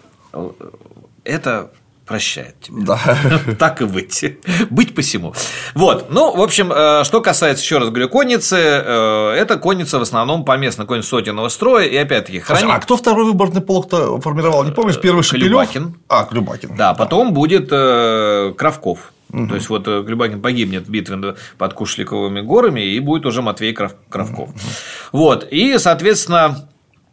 это прощает тебя. Да. Так и быть. Быть посему. Вот. Ну, в общем, что касается, еще раз говорю, конницы, это конница в основном поместная конница сотенного строя. И опять-таки хранит... А кто второй выборный полк-то формировал? Не помнишь? Первый Шепелёв? Клюбакин. А, Клюбакин. Да, потом будет Кравков. Угу. То есть, вот Клюбакин погибнет в битве под Кушликовыми горами, и будет уже Матвей Кравков. Угу. Вот. И, соответственно,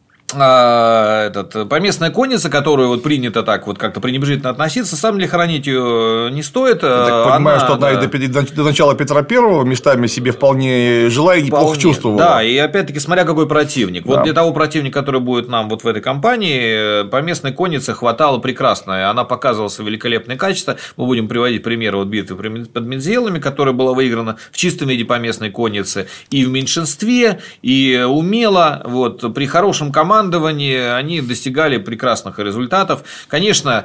этот, поместная конница, которую вот принято так вот как-то пренебрежительно относиться, на самом деле хранить ее не стоит. Я так понимаю, она, что она да. и до, до начала Петра Первого местами себе вполне жила и неплохо вполне. чувствовала. Да, и опять-таки смотря какой противник. Да. Вот для того противника, который будет нам вот в этой кампании, поместной конницы хватало прекрасно. Она показывала свои великолепные качества. Мы будем приводить примеры вот битвы под Мензелами, которая была выиграна в чистом виде поместной конницы и в меньшинстве, и умело, вот, при хорошем командовании они достигали прекрасных результатов. Конечно,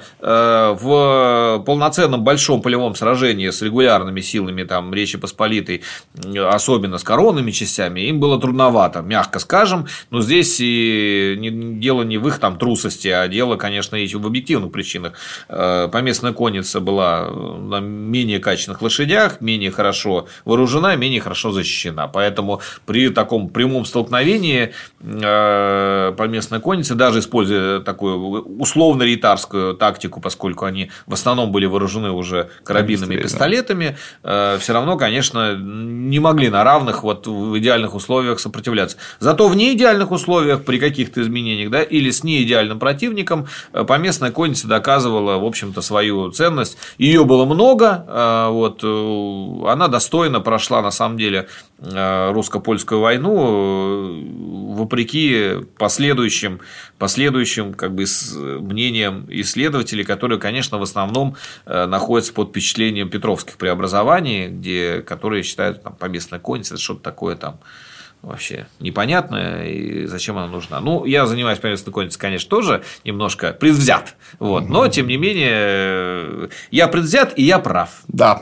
в полноценном большом полевом сражении с регулярными силами там, Речи Посполитой, особенно с коронными частями, им было трудновато, мягко скажем. Но здесь и дело не в их там, трусости, а дело, конечно, и в объективных причинах. Поместная конница была на менее качественных лошадях, менее хорошо вооружена, менее хорошо защищена. Поэтому при таком прямом столкновении поместной конницы, даже используя такую условно-рейтарскую тактику, поскольку они в основном были вооружены уже карабинами и пистолетами, э, все равно, конечно, не могли на равных вот, в идеальных условиях сопротивляться. Зато в неидеальных условиях, при каких-то изменениях, да, или с неидеальным противником, поместная конница доказывала, в общем-то, свою ценность. Ее было много, э, вот, она достойно прошла, на самом деле, русско-польскую войну, вопреки последующим, последующим как бы, мнениям исследователей, которые, конечно, в основном находятся под впечатлением петровских преобразований, где, которые считают там, поместная конница, это что-то такое там вообще непонятное, и зачем она нужна. Ну, я занимаюсь поместной конницей, конечно, тоже немножко предвзят, вот, но, тем не менее, я предвзят, и я прав. Да.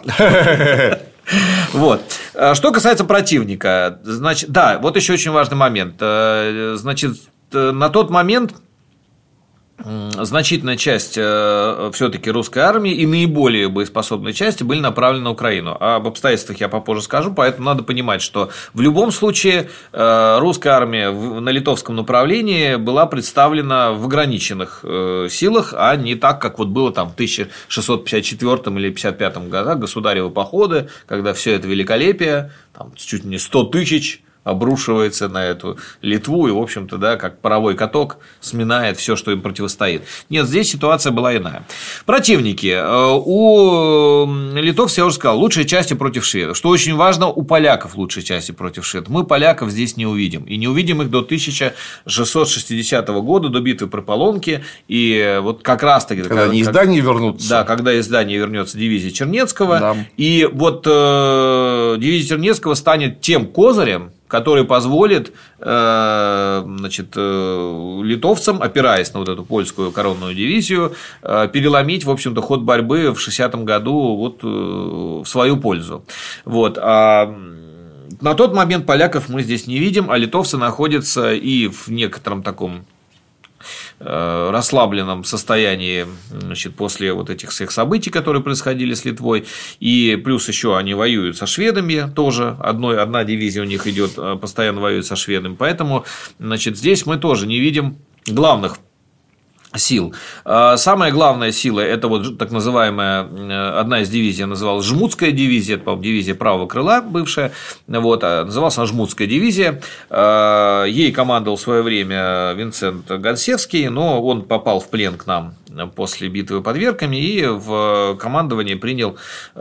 Вот. Что касается противника, значит, да, вот еще очень важный момент. Значит, на тот момент значительная часть все-таки русской армии и наиболее боеспособные части были направлены на Украину. Об обстоятельствах я попозже скажу, поэтому надо понимать, что в любом случае русская армия на литовском направлении была представлена в ограниченных силах, а не так, как вот было там в тысяча шестьсот пятьдесят четвёртом или пятьдесят пятом годах государевы походы, когда все это великолепие, там чуть не сто тысяч обрушивается на эту Литву и, в общем-то, да, как паровой каток сминает все, что им противостоит. Нет, здесь ситуация была иная. Противники. У литовцев, я уже сказал, лучшие части против шведов. Что очень важно, у поляков лучшие части против шведов. Мы поляков здесь не увидим. И не увидим их до тысяча шестьсот шестидесятого года, до битвы при Полонке. И вот как раз-таки... Когда они из Дании вернутся. Да, когда из Дании вернется дивизия Чернецкого. Да. И вот э, дивизия Чернецкого станет тем козырем, который позволит значит, литовцам, опираясь на вот эту польскую коронную дивизию, переломить, в общем-то, ход борьбы в шестидесятом году вот в свою пользу. Вот. А на тот момент поляков мы здесь не видим, а литовцы находятся и в некотором таком расслабленном состоянии, значит, после вот этих всех событий, которые происходили с Литвой. И плюс еще они воюют со шведами тоже. Одной, одна дивизия у них идет, постоянно воюет со шведами. Поэтому, значит, здесь мы тоже не видим главных сил. Самая главная сила – это вот так называемая, одна из дивизий называлась Жмутская дивизия, это, по-моему, дивизия правого крыла бывшая, вот, называлась она Жмутская дивизия. Ей командовал в свое время Винцент Гонсевский, но он попал в плен к нам после битвы под Верками и в командование принял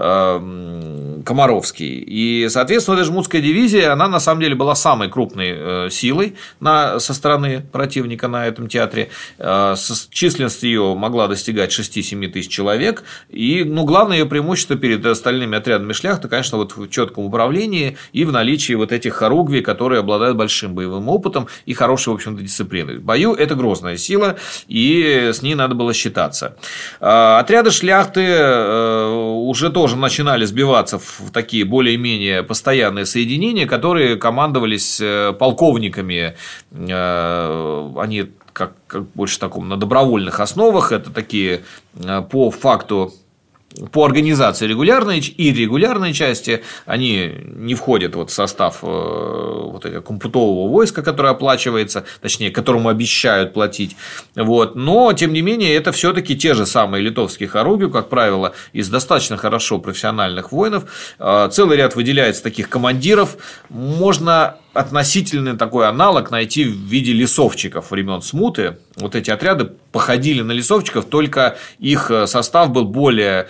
Комаровский. И, соответственно, эта Жмутская дивизия, она на самом деле была самой крупной силой на, со стороны противника на этом театре. Численность ее могла достигать шести-семи тысяч человек. И, ну, главное ее преимущество перед остальными отрядами шляхты, конечно, вот в четком управлении и в наличии вот этих хоругвий, которые обладают большим боевым опытом и хорошей, в общем-то, дисциплиной. В бою это грозная сила, и с ней надо было считаться. Отряды шляхты уже тоже начинали сбиваться в такие более-менее постоянные соединения, которые командовались полковниками. Они как, как больше таком на добровольных основах. Это такие по факту, по организации регулярной и регулярной части, они не входят вот в состав вот этого компутового войска, которое оплачивается, точнее, которому обещают платить. Вот. Но, тем не менее, это все-таки те же самые литовские хоругви, как правило, из достаточно хорошо профессиональных воинов. Целый ряд выделяется таких командиров. Можно относительный такой аналог найти в виде лесовчиков времен Смуты. Вот эти отряды походили на лесовчиков, только их состав был более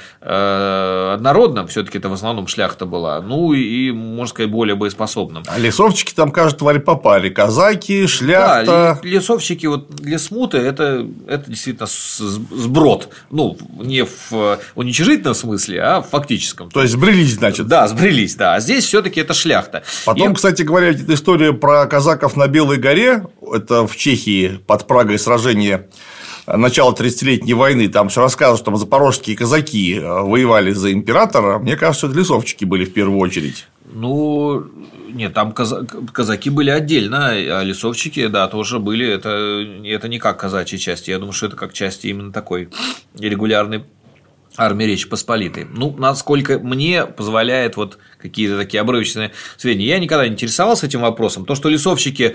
э, однородным, все-таки это в основном шляхта была, ну и, можно сказать, более боеспособным. А лесовчики там, кажется, твари по паре: казаки, шляхта. Да, лесовчики вот для Смуты это, это действительно сброд. Ну, не в уничижительном смысле, а в фактическом. То есть сбрелись, значит. Да, сбрелись, да. А здесь все-таки это шляхта. Потом, и... кстати говоря, история про казаков на Белой горе, это в Чехии под Прагой сражение начала тридцатилетней войны, там все рассказывают, что запорожские казаки воевали за императора. Мне кажется, это лесовчики были в первую очередь. Ну, нет, там казаки были отдельно, а лесовчики, да, тоже были. Это, это не как казачьи части. Я думаю, что это как части именно такой регулярной армии Речи Посполитой. Ну, насколько мне позволяет вот какие-то такие обрывочные сведения. Я никогда не интересовался этим вопросом. То, что лесовщики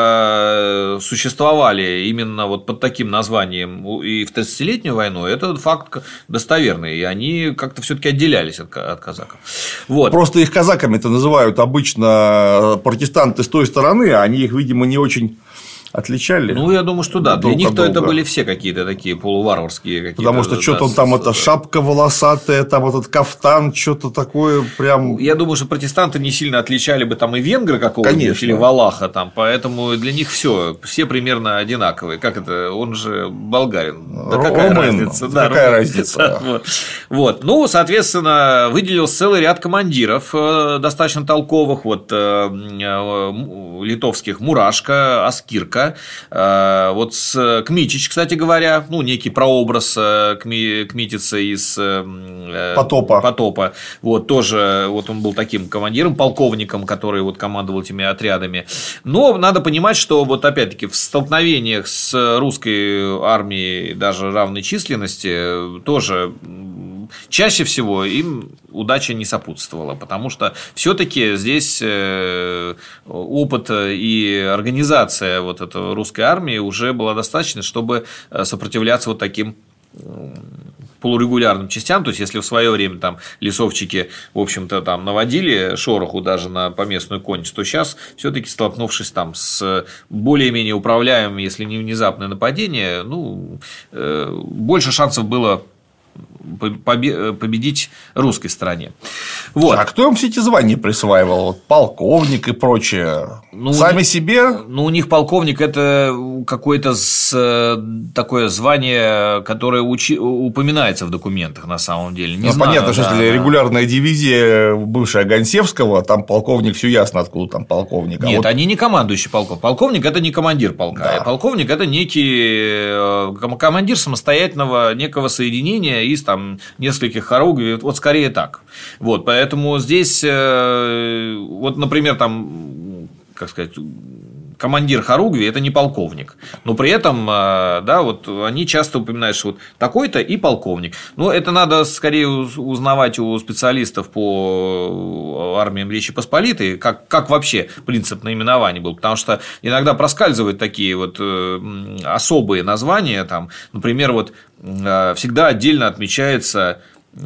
э, существовали именно вот под таким названием и в тридцатилетнюю войну, это факт достоверный. И они как-то все-таки отделялись от, от казаков. Вот. Просто их казаками-то называют обычно протестанты с той стороны, а они их, видимо, не очень отличали. Ну, я думаю, что да. Для них-то это были все какие-то такие полуварварские какие-то. Потому что что-то он там, это шапка волосатая, там этот кафтан, что-то такое прям. Я думаю, что протестанты не сильно отличали бы там и венгра какого-нибудь или валаха там, поэтому для них все, все примерно одинаковые. Как это? Он же болгарин. Да какая Румын. разница? Да, какая Румын. разница? Да. Вот. Вот. Ну, соответственно, выделился целый ряд командиров достаточно толковых, вот литовских: Мурашко, Аскирка. Вот с Кмитич, кстати говоря, ну, некий прообраз Кмитица из Потопа. Потопа. Вот, тоже вот он был таким командиром, полковником, который вот командовал этими отрядами. Но надо понимать, что вот опять-таки в столкновениях с русской армией даже равной численности тоже чаще всего им удача не сопутствовала, потому что все-таки здесь опыт и организация вот этой русской армии уже была достаточно, чтобы сопротивляться вот таким полурегулярным частям. То есть, если в свое время там лесовчики, в общем-то, там наводили шороху даже на поместную конницу, то сейчас, все-таки столкнувшись там с более-менее управляемым, если не внезапное нападение, ну, больше шансов было победить русской стороне. Вот. А кто им все эти звания присваивал? Полковник и прочее. Ну, Сами них, себе? Ну, у них полковник – это какое-то с, такое звание, которое учи, упоминается в документах на самом деле. Не ну, знаю, понятно, да, что если да. регулярная дивизия бывшая Гонсевского, там полковник, все ясно, откуда там полковник. А Нет, вот... они не командующий полков. Полковник – это не командир полка. Да. Полковник – это некий командир самостоятельного некого соединения из там нескольких хоругвий, вот скорее так. Вот, поэтому здесь, вот, например, там, как сказать, командир Хоругви – это не полковник. Но при этом, да, вот они часто упоминают, что вот такой-то и полковник. Но это надо скорее узнавать у специалистов по армиям Речи Посполитой, как, как вообще принцип наименования был. Потому что иногда проскальзывают такие вот особые названия. Там, например, вот всегда отдельно отмечается,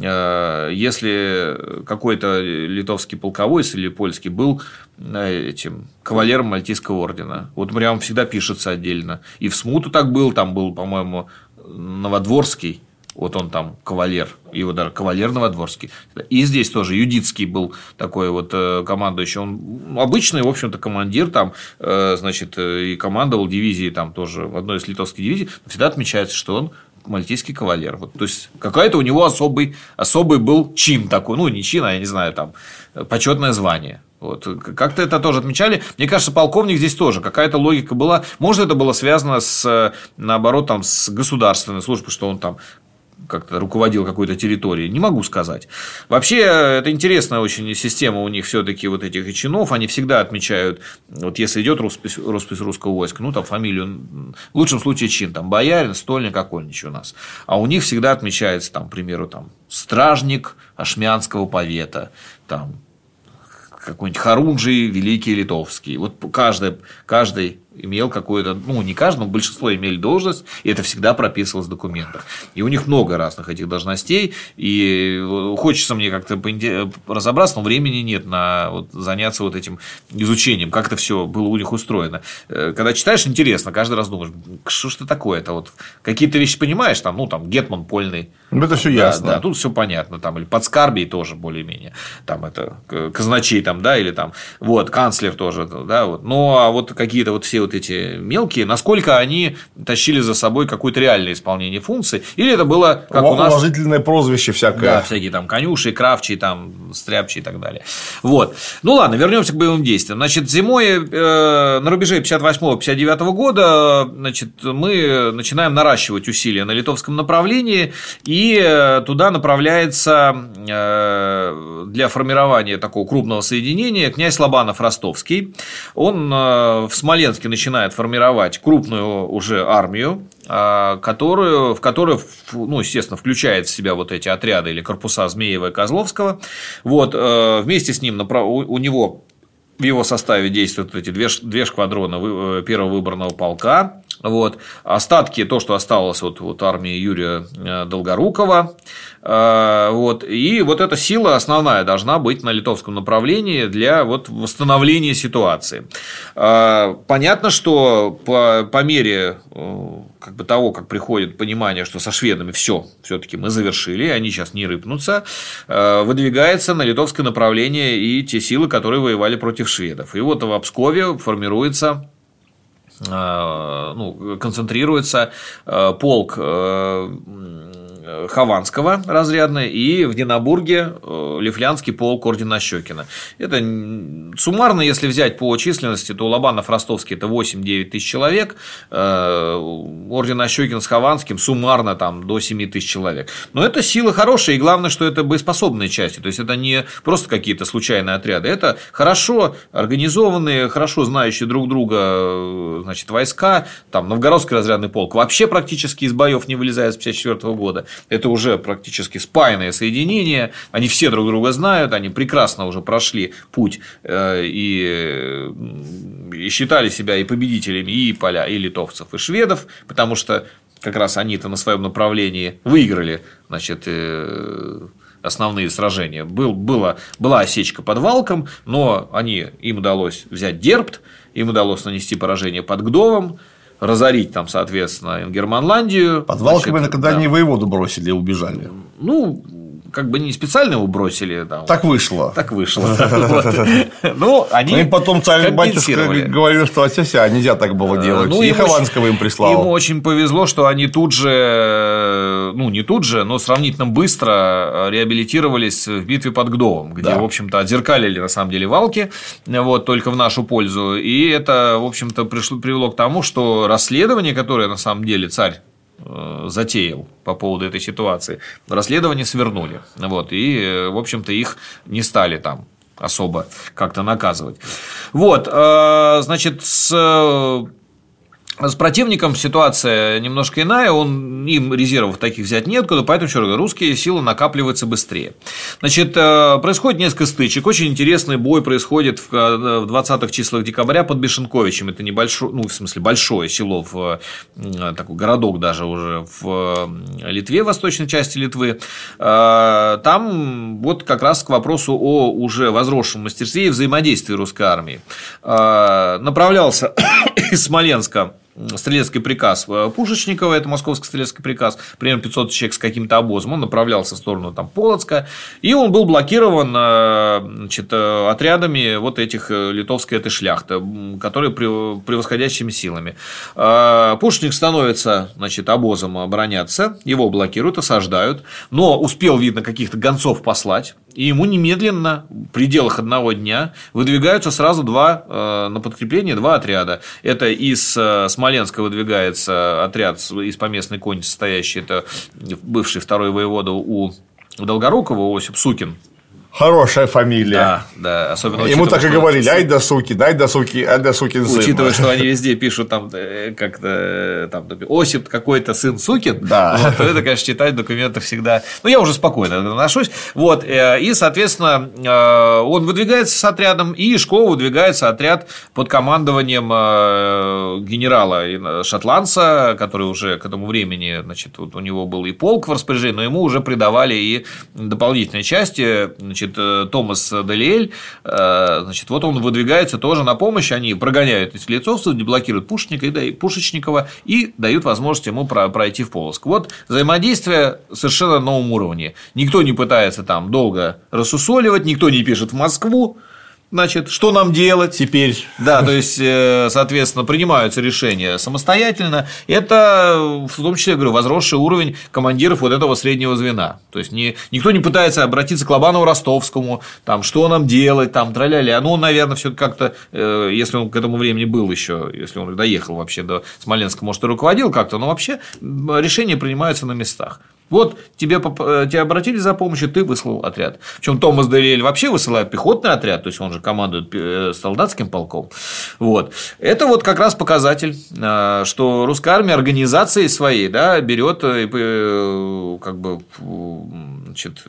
если какой-то литовский полководец или польский был этим кавалером Мальтийского ордена. Вот прям всегда пишется отдельно. И в Смуту так был, там был, по-моему, Новодворский. Вот он там кавалер, его даже кавалер Новодворский. И здесь тоже Юдицкий был такой вот командующий. Он обычный, в общем-то, командир там, значит, и командовал дивизией там тоже в одной из литовских дивизий. Всегда отмечается, что он мальтийский кавалер. Вот, то есть какая-то у него особый, особый был чин такой. Ну, не чин, а я не знаю, там почетное звание. Вот. Как-то это тоже отмечали. Мне кажется, полковник здесь тоже какая-то логика была. Может, это было связано с, наоборот, там, с государственной службой, что он там как-то руководил какой-то территорией, не могу сказать. Вообще, это интересная очень система у них все-таки вот этих чинов, они всегда отмечают, вот если идет роспись, роспись русского войска, ну там фамилию, в лучшем случае чин, там боярин, стольник, окольничий у нас, а у них всегда отмечается, там, к примеру, там стражник Ашмянского повета, там какой-нибудь Хорунжий Великий Литовский. Вот каждый, каждый имел какое-то, ну, не каждый, но большинство имели должность, и это всегда прописывалось в документах. И у них много разных этих должностей, и хочется мне как-то разобраться, но времени нет на вот заняться вот этим изучением, как это все было у них устроено. Когда читаешь, интересно, каждый раз думаешь, что ж это такое-то, вот какие-то вещи понимаешь, там, ну, там, гетман Польный. Ну, это все да, ясно. Да, тут все понятно, там, или Подскарбий тоже более-менее, там, это казначей, там, да, или там, вот, канцлер тоже, да, вот. Ну, а вот какие-то вот все вот эти мелкие, насколько они тащили за собой какое-то реальное исполнение функций, или это было как у нас… Уважительное прозвище всякое. Да, всякие там конюши, кравчий, там, стряпчий и так далее. Вот. Ну, ладно, вернемся к боевым действиям. Значит, зимой э, на рубеже пятьдесят восьмого — пятьдесят девятого года, значит, мы начинаем наращивать усилия на литовском направлении, и туда направляется э, для формирования такого крупного соединения князь Лобанов-Ростовский. Он э, в Смоленске начинает формировать крупную уже армию, которую, в которую, ну, естественно, включает в себя вот эти отряды или корпуса Змеева и Козловского. Вот, вместе с ним у него в его составе действуют эти две, две шквадрона первого выборного полка. Вот. Остатки, то, что осталось от вот, армии Юрия Долгорукова. Вот. И вот эта сила основная должна быть на литовском направлении для вот, восстановления ситуации. Понятно, что по, по мере как бы, того, как приходит понимание, что со шведами все все-таки мы завершили, они сейчас не рыпнутся, выдвигается на литовское направление и те силы, которые воевали против шведов. И вот в Пскове формируется, ну, концентрируется полк Хованского разрядный и в Динабурге Лифлянский полк ордена Щекина. Это суммарно, если взять по численности, то Лобанов-Ростовский – это восемь-девять тысяч человек, орден Щекин с Хованским суммарно там до семь тысяч человек. Но это силы хорошие, и главное, что это боеспособные части, то есть это не просто какие-то случайные отряды, это хорошо организованные, хорошо знающие друг друга, значит, войска, там Новгородский разрядный полк вообще практически из боев не вылезает с пятьдесят четвёртого года. Это уже практически спаянное соединение, они все друг друга знают, они прекрасно уже прошли путь и, и считали себя и победителями и поля, и литовцев, и шведов, потому что как раз они-то на своем направлении выиграли, значит, основные сражения. Был, была, была осечка под Валком, но они, им удалось взять Дербт, им удалось нанести поражение под Гдовом, разорить там, соответственно, Ингерманландию. Под Валками, когда да. они воеводу бросили и убежали. Ну, как бы не специально его бросили. Там. Так вышло. Так вышло. Ну, они потом царь-батюшка говорил, что отся, нельзя так было делать. И Хованского им прислал. Ему очень повезло, что они тут же, ну, не тут же, но сравнительно быстро реабилитировались в битве под Гдовом, где, в общем-то, отзеркалили, на самом деле, Валки, вот, только в нашу пользу. И это, в общем-то, привело к тому, что расследование, которое, на самом деле, царь затеял по поводу этой ситуации, расследование свернули. Вот, и, в общем-то, их не стали там особо как-то наказывать. Вот, значит, с... С противником ситуация немножко иная, он, им резервов таких взять неоткуда, поэтому, еще раз, русские силы накапливаются быстрее. Значит, происходит несколько стычек, очень интересный бой происходит в двадцатых числах декабря под Бешенковичем, это небольшое, ну, в смысле, большое село, в, такой городок даже уже в Литве, восточной части Литвы. Там вот как раз к вопросу о уже возросшем мастерстве и взаимодействии русской армии. Направлялся из Смоленска стрелецкий приказ Пушечникова, это московский стрелецкий приказ, примерно пятьсот человек с каким-то обозом, он направлялся в сторону там, Полоцка, и он был блокирован, значит, отрядами вот этих литовской этой шляхты, которые превосходящими силами. Пушечник становится, значит, обозом обороняться, его блокируют, осаждают, но успел, видно, каких-то гонцов послать, и ему немедленно, в пределах одного дня, выдвигаются сразу два, на подкрепление два отряда. Это из Смоленска выдвигается отряд из поместной конницы, состоящий, это бывший второй воевода у Долгорукова Осип Сукин. Хорошая фамилия. Да, да. Особенно ему так и говорили: ай да суки, ай да суки, ай да сукин сын. Учитывая, что они везде пишут там как-то там Осип какой-то сын Сукин, да. Вот, то это, конечно, читать документы всегда. Ну, я уже спокойно отношусь. Вот, и, соответственно, он выдвигается с отрядом, и Шкова выдвигается отряд под командованием генерала шотландца, который уже к этому времени, значит, вот у него был и полк в распоряжении, но ему уже придавали и дополнительные части. Значит, Томас Делиэль, значит, вот он выдвигается тоже на помощь, они прогоняют этих литовцев, деблокируют Пушечника и Пушечникова и дают возможность ему пройти в Полоцк. Вот взаимодействие совершенно на новом уровне. Никто не пытается там долго рассусоливать, никто не пишет в Москву. Значит, что нам делать теперь? Да, то есть, соответственно, принимаются решения самостоятельно. Это, в том числе, говорю, возросший уровень командиров вот этого среднего звена. То есть, не, никто не пытается обратиться к Лобанову-Ростовскому, там, что нам делать, там, тра-ля-ля. Ну, он, наверное, все как-то, если он к этому времени был еще, если он доехал вообще до Смоленска, может, и руководил как-то, но вообще решения принимаются на местах. Вот тебе, тебе обратились за помощью, ты выслал отряд. Причем Томас Делиэль вообще высылает пехотный отряд, то есть он же командует солдатским полком. Вот. Это вот как раз показатель, что русская армия организацией своей, да, берет и как бы, значит,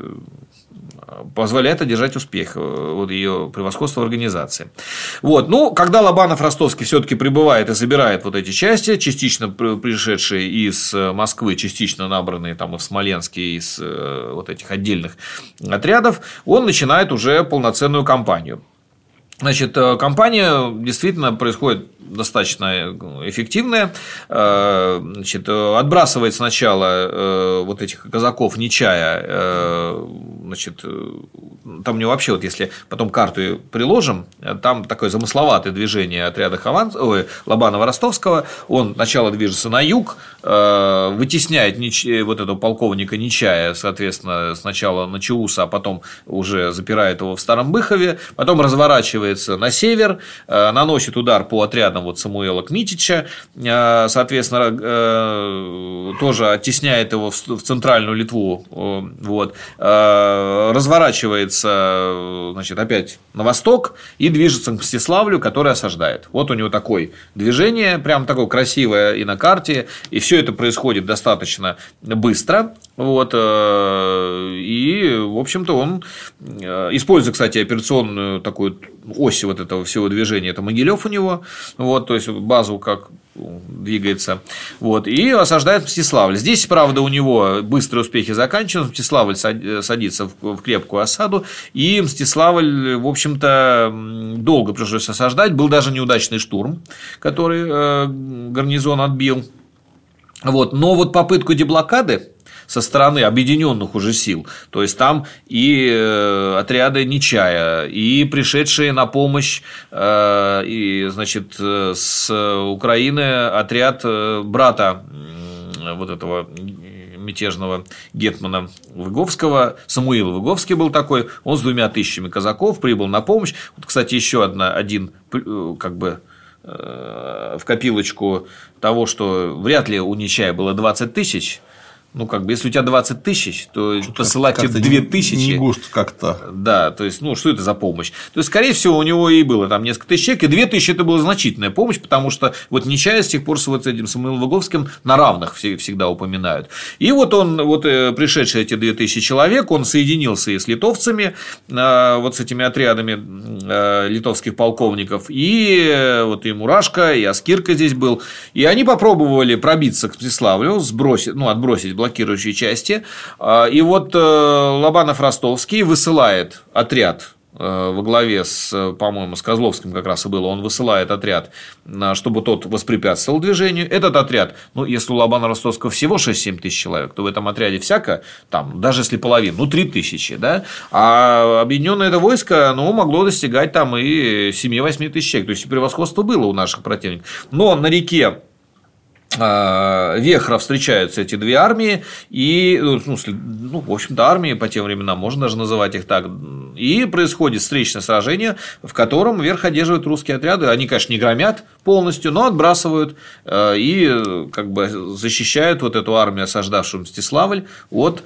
позволяет одержать успех, вот ее превосходство в организации. Вот. Ну, когда Лобанов-Ростовский все-таки прибывает и собирает вот эти части, частично пришедшие из Москвы, частично набранные там и в Смоленске из вот этих отдельных отрядов, он начинает уже полноценную кампанию. Значит, кампания действительно происходит достаточно эффективная. Значит, отбрасывает сначала вот этих казаков Нечая. Значит, там у него вообще, вот если потом карту приложим, там такое замысловатое движение отряда Хованц... Ой, Лобанова-Ростовского. Он сначала движется на юг, вытесняет Неч... вот этого полковника Нечая, соответственно, сначала на Чауса, а потом уже запирает его в Старом Быхове, потом разворачивается на север, наносит удар по отрядам вот Самуила Кмитича, соответственно, тоже оттесняет его в центральную Литву, вот, разворачивается, значит, опять на восток и движется к Мстиславлю, который осаждает. Вот у него такое движение, прям такое красивое и на карте, и все это происходит достаточно быстро. Вот, и, в общем-то, он использует, кстати, операционную такую ось вот этого всего движения, это Могилев у него, вот, то есть базу как двигается, вот, и осаждает Мстиславль. Здесь, правда, у него быстрые успехи заканчиваются, Мстиславль садится в крепкую осаду, и Мстиславль, в общем-то, долго пришлось осаждать, был даже неудачный штурм, который гарнизон отбил, вот, но вот попытку деблокады со стороны объединенных уже сил, то есть там и отряды Нечая, и пришедшие на помощь, и, значит, с Украины отряд брата вот этого мятежного гетмана Выговского, Самуил Выговский был такой, он с двумя тысячами казаков прибыл на помощь. Вот, кстати, еще одна, один, как бы, в копилочку того, что вряд ли у Нечая было двадцать тысяч, Ну, как бы, если у тебя двадцать тысяч, то что-то посылать тебе две тысячи. Не густо как-то. Да, то есть, ну, что это за помощь? То есть, скорее всего, у него и было там несколько тысяч человек, и две тысячи это была значительная помощь, потому что вот Нечаев с тех пор с вот этим Самуилом Выговским на равных всегда упоминают. И вот он, вот пришедшие эти две тысячи человек, он соединился и с литовцами, вот с этими отрядами литовских полковников, и вот и Мурашко, и Аскирка здесь был, и они попробовали пробиться к Мстиславлю, сбросить, ну, отбросить блокирующие части. И вот Лобанов-Ростовский высылает отряд во главе с, по-моему, с Козловским как раз и было, он высылает отряд, чтобы тот воспрепятствовал движению. Этот отряд, ну, если у Лобана-Ростовского всего шесть-семь тысяч человек, то в этом отряде всяко, там, даже если половина, ну, три тысячи, да, а объединенное это войско, ну, могло достигать там и семь-восемь тысяч человек, то есть превосходство было у наших противников. Но на реке Вехра встречаются эти две армии, и, ну, ну, в общем-то, армии по тем временам, можно даже называть их так, и происходит встречное сражение, в котором верх одерживают русские отряды, они, конечно, не громят полностью, но отбрасывают и как бы защищают вот эту армию, осаждавшую Мстиславль, от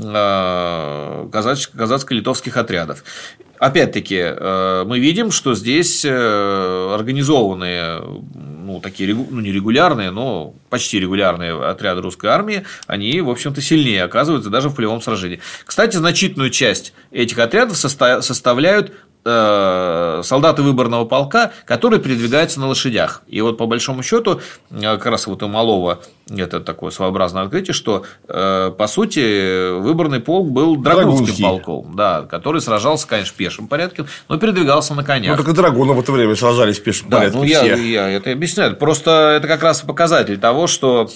казацко-литовских отрядов. Опять-таки, мы видим, что здесь организованные, ну, такие, ну, не регулярные, но почти регулярные отряды русской армии, они, в общем-то, сильнее оказываются даже в полевом сражении. Кстати, значительную часть этих отрядов составляют солдаты выборного полка, которые передвигаются на лошадях. И вот по большому счету, как раз вот у Малова это такое своеобразное открытие, что по сути выборный полк был драгунским Драгунский. полком, да, который сражался, конечно, в пешем порядке, но передвигался на конях. Ну, так и драгуны в это время сражались в пешем да, порядке. Ну, я, я это объясняю. Просто это как раз показатель того, что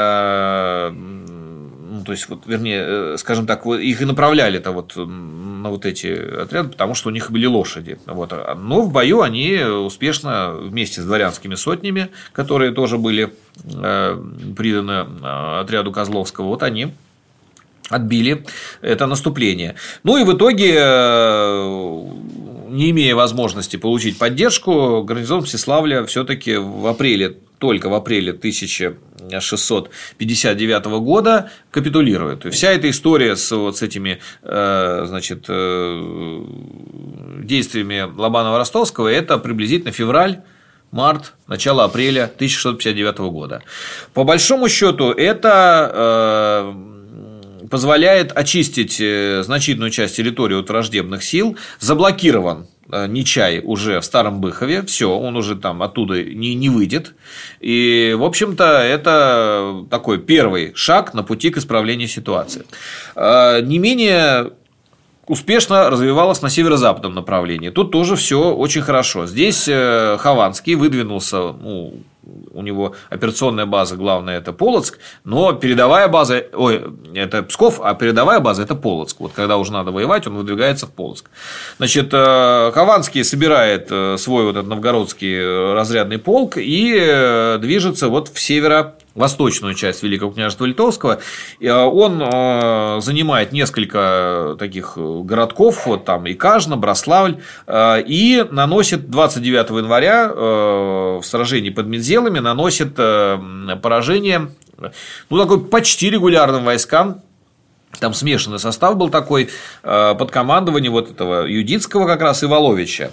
то есть, вот, вернее, скажем так, их и направляли-то вот на вот эти отряды, потому что у них были лошади. Вот. Но в бою они успешно вместе с дворянскими сотнями, которые тоже были приданы отряду Козловского, вот они отбили это наступление. Ну и в итоге, не имея возможности получить поддержку, гарнизон Мстиславля все-таки в апреле, только в апреле тысяча шестьсот пятьдесят девятого года капитулирует. И вся эта история с, вот, с этими значит, действиями Лобанова-Ростовского – это приблизительно февраль, март, начало апреля тысяча шестьсот пятьдесят девятого года. По большому счету это позволяет очистить значительную часть территории от враждебных сил, заблокирован Нечай уже в Старом Быхове, все, он уже там оттуда не, не выйдет. И, в общем-то, это такой первый шаг на пути к исправлению ситуации. Не менее успешно развивалась на северо-западном направлении. Тут тоже все очень хорошо. Здесь Хованский выдвинулся, ну, у него операционная база, главная, это Полоцк, но передовая база, ой, это Псков, а передовая база это Полоцк. Вот когда уже надо воевать, он выдвигается в Полоцк. Значит, Хованский собирает свой вот этот новгородский разрядный полк и движется вот в северо-восточную часть Великого княжества Литовского. Он занимает несколько таких городков, вот там и Кажна, Браславль, и наносит двадцать девятого января в сражении под Медзелами наносит поражение, ну, такой почти регулярным войскам. Там смешанный состав был такой, под командованием вот этого Юдицкого как раз и Воловича.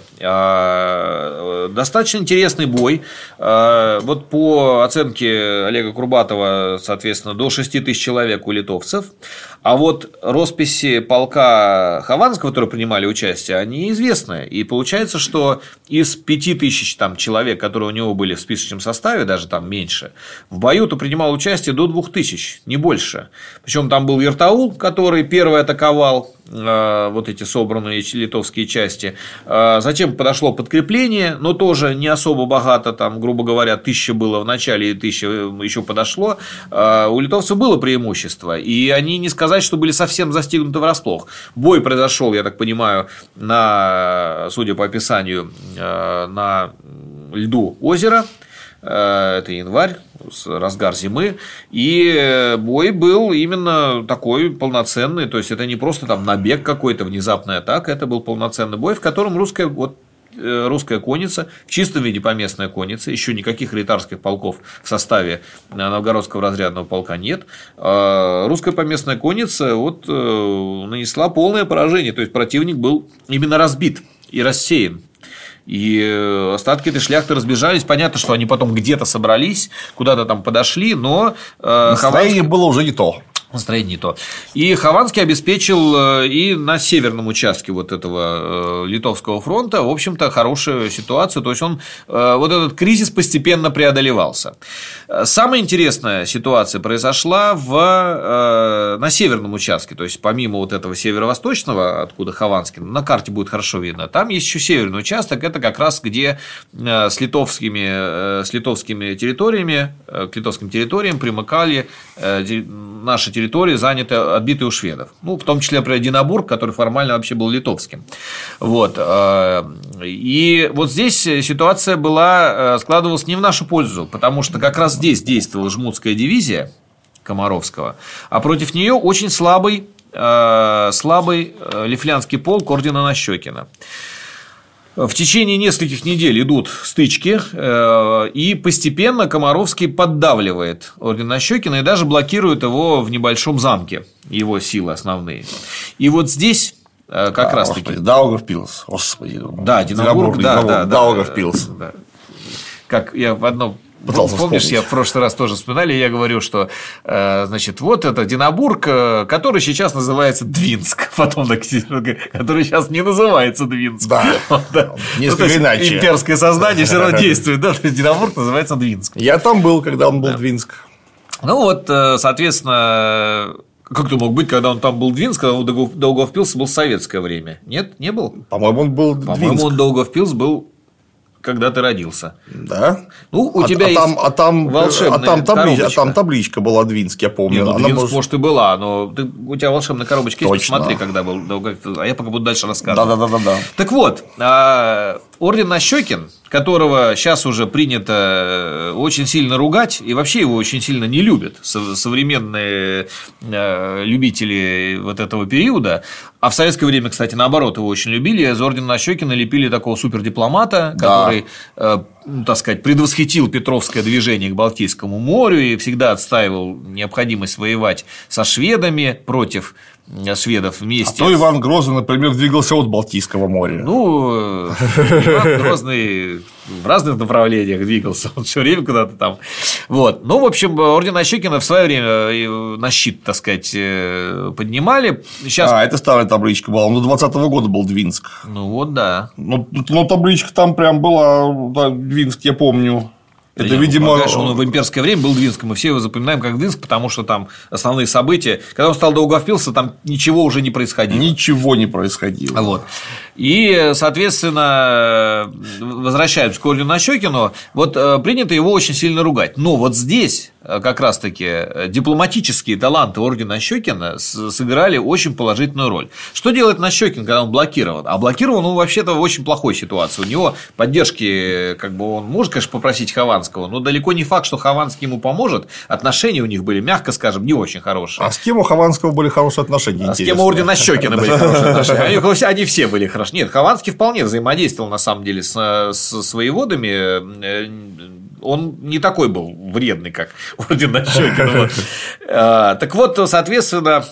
Достаточно интересный бой. Вот по оценке Олега Курбатова, соответственно, до шести тысяч человек у литовцев. А вот росписи полка Хованского, которые принимали участие, они известны. И получается, что из пяти тысяч там, человек, которые у него были в списочном составе, даже там меньше, в бою-то принимал участие до двух тысяч, не больше. Причем там был Ертаул, который первый атаковал э, вот эти собранные литовские части. Э, затем подошло подкрепление, но тоже не особо богато, там, грубо говоря, тысяча было в начале и тысяча еще подошло. Э, у литовцев было преимущество, и они не сказать, что были совсем застигнуты врасплох. Бой произошел, я так понимаю, на, судя по описанию, э, на льду озера. Это январь, разгар зимы, и бой был именно такой полноценный, то есть это не просто там набег какой-то, внезапная атака, это был полноценный бой, в котором русская вот русская конница, в чистом виде поместная конница, еще никаких рейтерских полков в составе Новгородского разрядного полка нет. Русская поместная конница вот нанесла полное поражение, то есть противник был именно разбит и рассеян. И остатки этой шляхты разбежались. Понятно, что они потом где-то собрались, куда-то там подошли, но настроение Хованский... было уже не то. Настроение не то. И Хованский обеспечил и на северном участке вот этого Литовского фронта, в общем-то, хорошую ситуацию. То есть он, вот этот кризис постепенно преодолевался. Самая интересная ситуация произошла в, на северном участке. То есть помимо вот этого северо-восточного, откуда Хованский, на карте будет хорошо видно, там есть еще северный участок. Это как раз где с литовскими, с литовскими территориями, к литовским территориям примыкали наши территории, территории, заняты, отбиты у шведов. Ну, в том числе, например, Динабург, который формально вообще был литовским. Вот. И вот здесь ситуация была, складывалась не в нашу пользу, потому что как раз здесь действовала Жмутская дивизия Комаровского, а против нее очень слабый, слабый лифлянский полк ордена Нащекина. В течение нескольких недель идут стычки, и постепенно Комаровский поддавливает орден Нащекина и даже блокирует его в небольшом замке, его силы основные. И вот здесь как да, раз таки... Даугавпилс, господи. Да, Динабург, да, да, Даугавпилс. Да. Как я в одном... Пытался Помнишь, вспомнить. Я в прошлый раз тоже вспоминали, я говорю, что, значит, вот это Динабург, который сейчас называется Двинск, потом, который сейчас не называется Двинск. Да, да. Несколько ну, иначе. Имперское сознание все равно действует, да, то есть Динабург называется Двинск. Я там был, когда он был да. Двинск. Ну вот, соответственно, как это мог быть, когда он там был Двинск, когда он Даугавпилс был в советское время? Нет, не был? По-моему, он был Двинск. По-моему, он Даугавпилс был... Когда ты родился. Да. Ну, у а, тебя а есть там, а там, волшебная а там, таблич, коробочка. А там табличка была Двинск, я помню. Не, ну, Она Двинск, может... может, и была, но ты, у тебя волшебная коробочка есть, Точно. посмотри, когда был. А я пока буду дальше рассказывать. Да, да, да, да, да. Так вот, орден Нащекин, которого сейчас уже принято очень сильно ругать, и вообще его очень сильно не любят современные любители вот этого периода. А в советское время, кстати, наоборот, его очень любили. Из ордена Нащекина лепили такого супердипломата, который, да. ну, так сказать, предвосхитил Петровское движение к Балтийскому морю и всегда отстаивал необходимость воевать со шведами против шведов вместе. А то Иван Грозный, например, двигался от Балтийского моря. Ну, Иван Грозный в разных направлениях двигался, он все время куда-то там. Вот. Ну, в общем, орден Нащекина в свое время на щит, так сказать, поднимали. Сейчас... А, это старая табличка была, он до двадцатого года был Двинск. Ну, вот да. Ну, но табличка там прям была, да, Двинск, я помню. Да это, нет, видимо, конечно, он в имперское время был Двинском, мы все его запоминаем как Двинск, потому что там основные события, когда он стал Даугавпилса, там ничего уже не происходило. Ничего не происходило. Вот. И, соответственно, возвращаемся к ордену Нащекину, вот принято его очень сильно ругать. Но вот здесь как раз-таки дипломатические таланты ордена Нащекина сыграли очень положительную роль. Что делает Нащекин, когда он блокирован? А блокирован он вообще-то в очень плохой ситуации. У него поддержки, как бы он может, конечно, попросить Хованского, но далеко не факт, что Хованский ему поможет. Отношения у них были, мягко скажем, не очень хорошие. А с кем у Хованского были хорошие отношения? А с кем у ордена Нащекина были хорошие отношения? Они все были хорошие. Нет, Хованский вполне взаимодействовал на самом деле с, с воеводами. Он не такой был вредный, как орден Нащекина. Вот. Так вот, соответственно,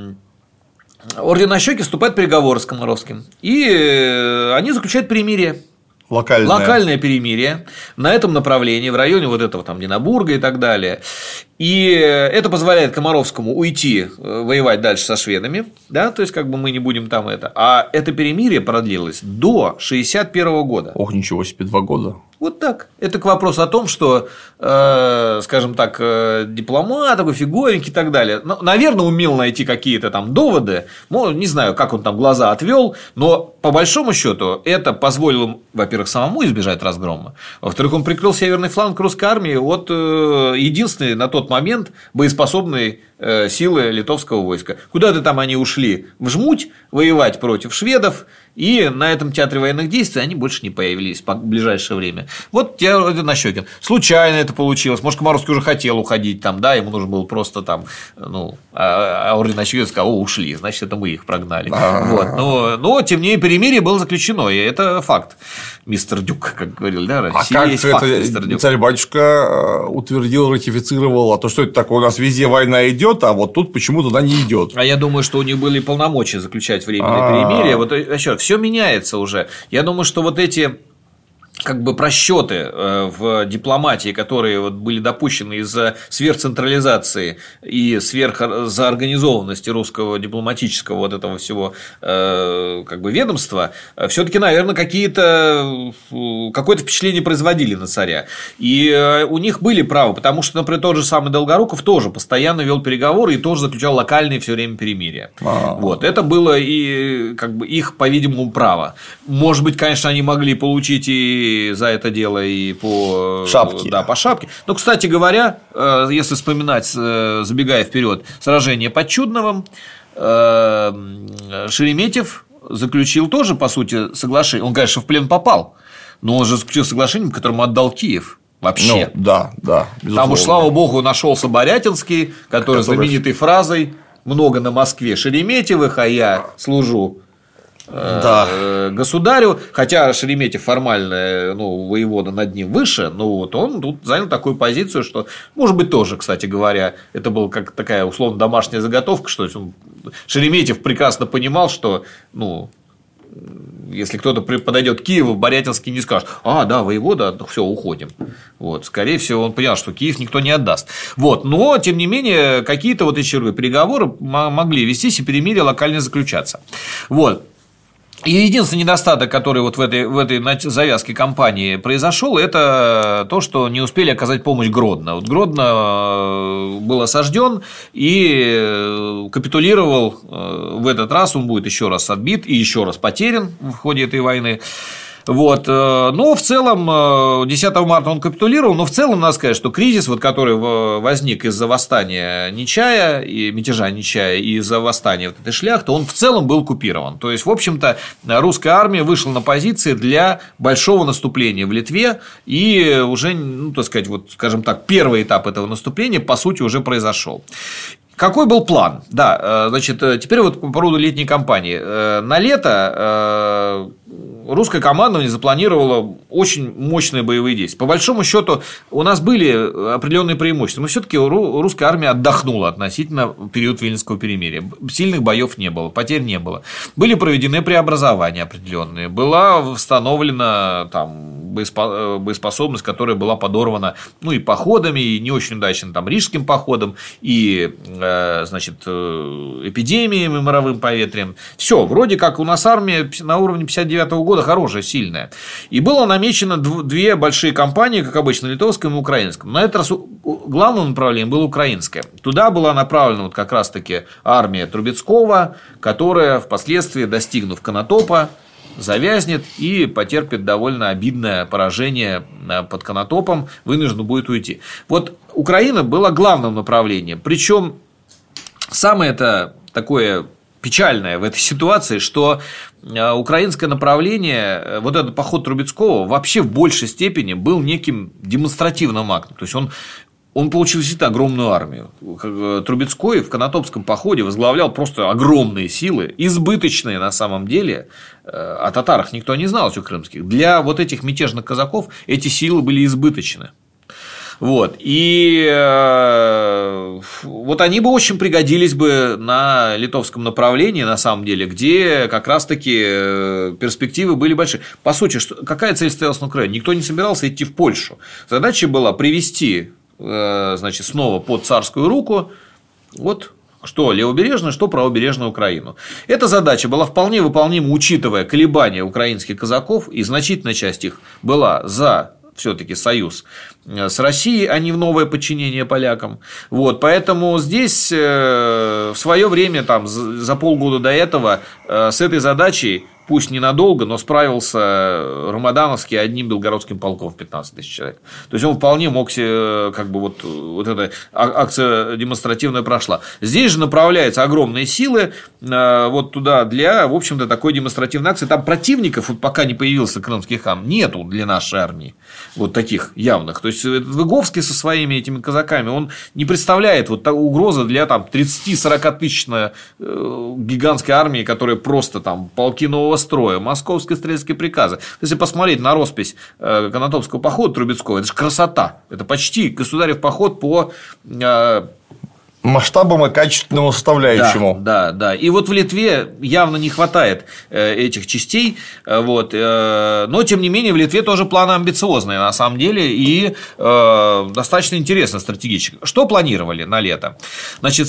орден Нащекина вступает в переговоры с Комаровским, и они заключают перемирие. Локальное. Локальное перемирие на этом направлении, в районе вот этого там Динабурга и так далее. И это позволяет Комаровскому уйти воевать дальше со шведами, да, то есть как бы мы не будем там это. А это перемирие продлилось до шестьдесят первого года. Ох, ничего себе, два года. Вот так. Это к вопросу о том, что, э, скажем так, э, дипломат, такой фиговенький и так далее. Ну, наверное, умел найти какие-то там доводы. Ну, не знаю, как он там глаза отвел, но по большому счету это позволило ему, во-первых, самому избежать разгрома. Во-вторых, он прикрыл северный фланг русской армии от э, единственной на тот момент боеспособной э, силы литовского войска. Куда-то там они ушли в Жмуть воевать против шведов. И на этом театре военных действий они больше не появились в ближайшее время. Вот тебе Нащекин. Случайно это получилось. Может, Комаровский уже хотел уходить там, да, ему нужно было просто там, ну, а орден Нащекин сказал: о, ушли, значит, это мы их прогнали. Вот. Но, но, тем не менее, перемирие было заключено, и это факт. Мистер Дюк, как говорили, да, а как есть факт, это царь-батюшка утвердил, ратифицировал, а то что это такое, у нас везде война идет, а вот тут почему туда не идет. А я думаю, что у них были полномочия заключать временное перемирие. Вот еще все меняется уже. Я думаю, что вот эти как бы просчеты в дипломатии, которые вот были допущены из-за сверхцентрализации и сверхзаорганизованности русского дипломатического вот этого всего как бы ведомства, все-таки, наверное, какие-то какое-то впечатление производили на царя. И у них были правы, потому что, например, тот же самый Долгоруков тоже постоянно вел переговоры и тоже заключал локальные все время перемирия. Вот. Это было и как бы их, по-видимому, право. Может быть, конечно, они могли получить и за это дело и по шапке. Да, по шапке. Но, кстати говоря, если вспоминать, забегая вперед, сражение под Чудновым, Шереметьев заключил тоже, по сути, соглашение. Он, конечно, в плен попал, но он же заключил соглашение, которому отдал Киев. Вообще. Ну, да, да. Безусловно. Там уж, слава богу, нашелся Борятинский, который, который знаменитой фразой: много на Москве Шереметьевых, а я служу да. государю, хотя Шереметьев формально, ну, воевода над ним выше, но вот он тут занял такую позицию, что, может быть, тоже, кстати говоря, это была как такая условно домашняя заготовка, что Шереметьев прекрасно понимал, что, ну, если кто-то подойдет к Киеву, Борятинский не скажет: а, да, воевода, все, уходим. Вот. Скорее всего, он понял, что Киев никто не отдаст. Вот. Но, тем не менее, какие-то вот эти переговоры могли вестись и перемирие локально заключаться. Вот. И единственный недостаток, который вот в этой, в этой завязке кампании произошел, это то, что не успели оказать помощь Гродно. Вот Гродно был осажден и капитулировал в этот раз, он будет еще раз отбит и еще раз потерян в ходе этой войны. Вот. Но в целом десятого марта он капитулировал, но в целом надо сказать, что кризис, вот, который возник из-за восстания Нечая и мятежа Нечая и из-за восстания вот этой шляхты, он в целом был купирован. То есть, в общем-то, русская армия вышла на позиции для большого наступления в Литве, и уже, ну, так сказать, вот, скажем так, первый этап этого наступления, по сути, уже произошел. Какой был план? Да, значит, теперь вот по поводу летней кампании. На лето русское командование запланировало очень мощные боевые действия. По большому счету, у нас были определенные преимущества, но все-таки русская армия отдохнула относительно периода Вильнюсского перемирия. Сильных боев не было, потерь не было. Были проведены преобразования определенные, была восстановлена там боеспособность, которая была подорвана, ну, и походами, и не очень удачно там Рижским походом, и, значит, эпидемиями, моровым поветрием. Все, вроде как у нас армия на уровне пятьдесят девятого года хорошая, сильная. И было намечено две большие кампании, как обычно, литовском и украинском. На этот раз главным направлением было украинское. Туда была направлена вот как раз-таки армия Трубецкого, которая впоследствии, достигнув Конотопа, завязнет и потерпит довольно обидное поражение под Конотопом, вынуждена будет уйти. Вот Украина была главным направлением. Причем самое это такое печальное в этой ситуации, что украинское направление, вот этот поход Трубецкого вообще в большей степени был неким демонстративным актом. То есть он Он получил действительно огромную армию. Трубецкой в Конотопском походе возглавлял просто огромные силы, избыточные на самом деле. О татарах никто не знал, этих крымских. Для вот этих мятежных казаков эти силы были избыточны. Вот. И э, вот они бы очень пригодились бы на литовском направлении, на самом деле, где как раз-таки перспективы были большие. По сути, что, какая цель стоялась на Украине? Никто не собирался идти в Польшу. Задача была привести, э, значит, снова под царскую руку вот что левобережную, что правобережную Украину. Эта задача была вполне выполнима, учитывая колебания украинских казаков, и значительная часть их была за все-таки союз с Россией, а не в новое подчинение полякам. Вот, поэтому здесь в свое время, там, за полгода до этого, с этой задачей пусть ненадолго, но справился Рамадановский одним белгородским полком в пятнадцать тысяч человек. То есть он вполне мог себе, как бы вот, вот эта акция демонстративная прошла. Здесь же направляются огромные силы вот туда для, в общем-то, такой демонстративной акции. Там противников, вот пока не появился крымский хан, нету для нашей армии вот таких явных. То есть Выговский со своими этими казаками, он не представляет вот угрозы для там тридцати-сорока тысячной гигантской армии, которая просто там полки нового строя, московские стрельские приказы. Если посмотреть на роспись Конотопского похода Трубецкого, это же красота. Это почти государев поход по масштабам и качественному составляющему. Да, да, да. И вот в Литве явно не хватает этих частей, вот. Но тем не менее в Литве тоже планы амбициозные на самом деле и достаточно интересно стратегически. Что планировали на лето? Значит,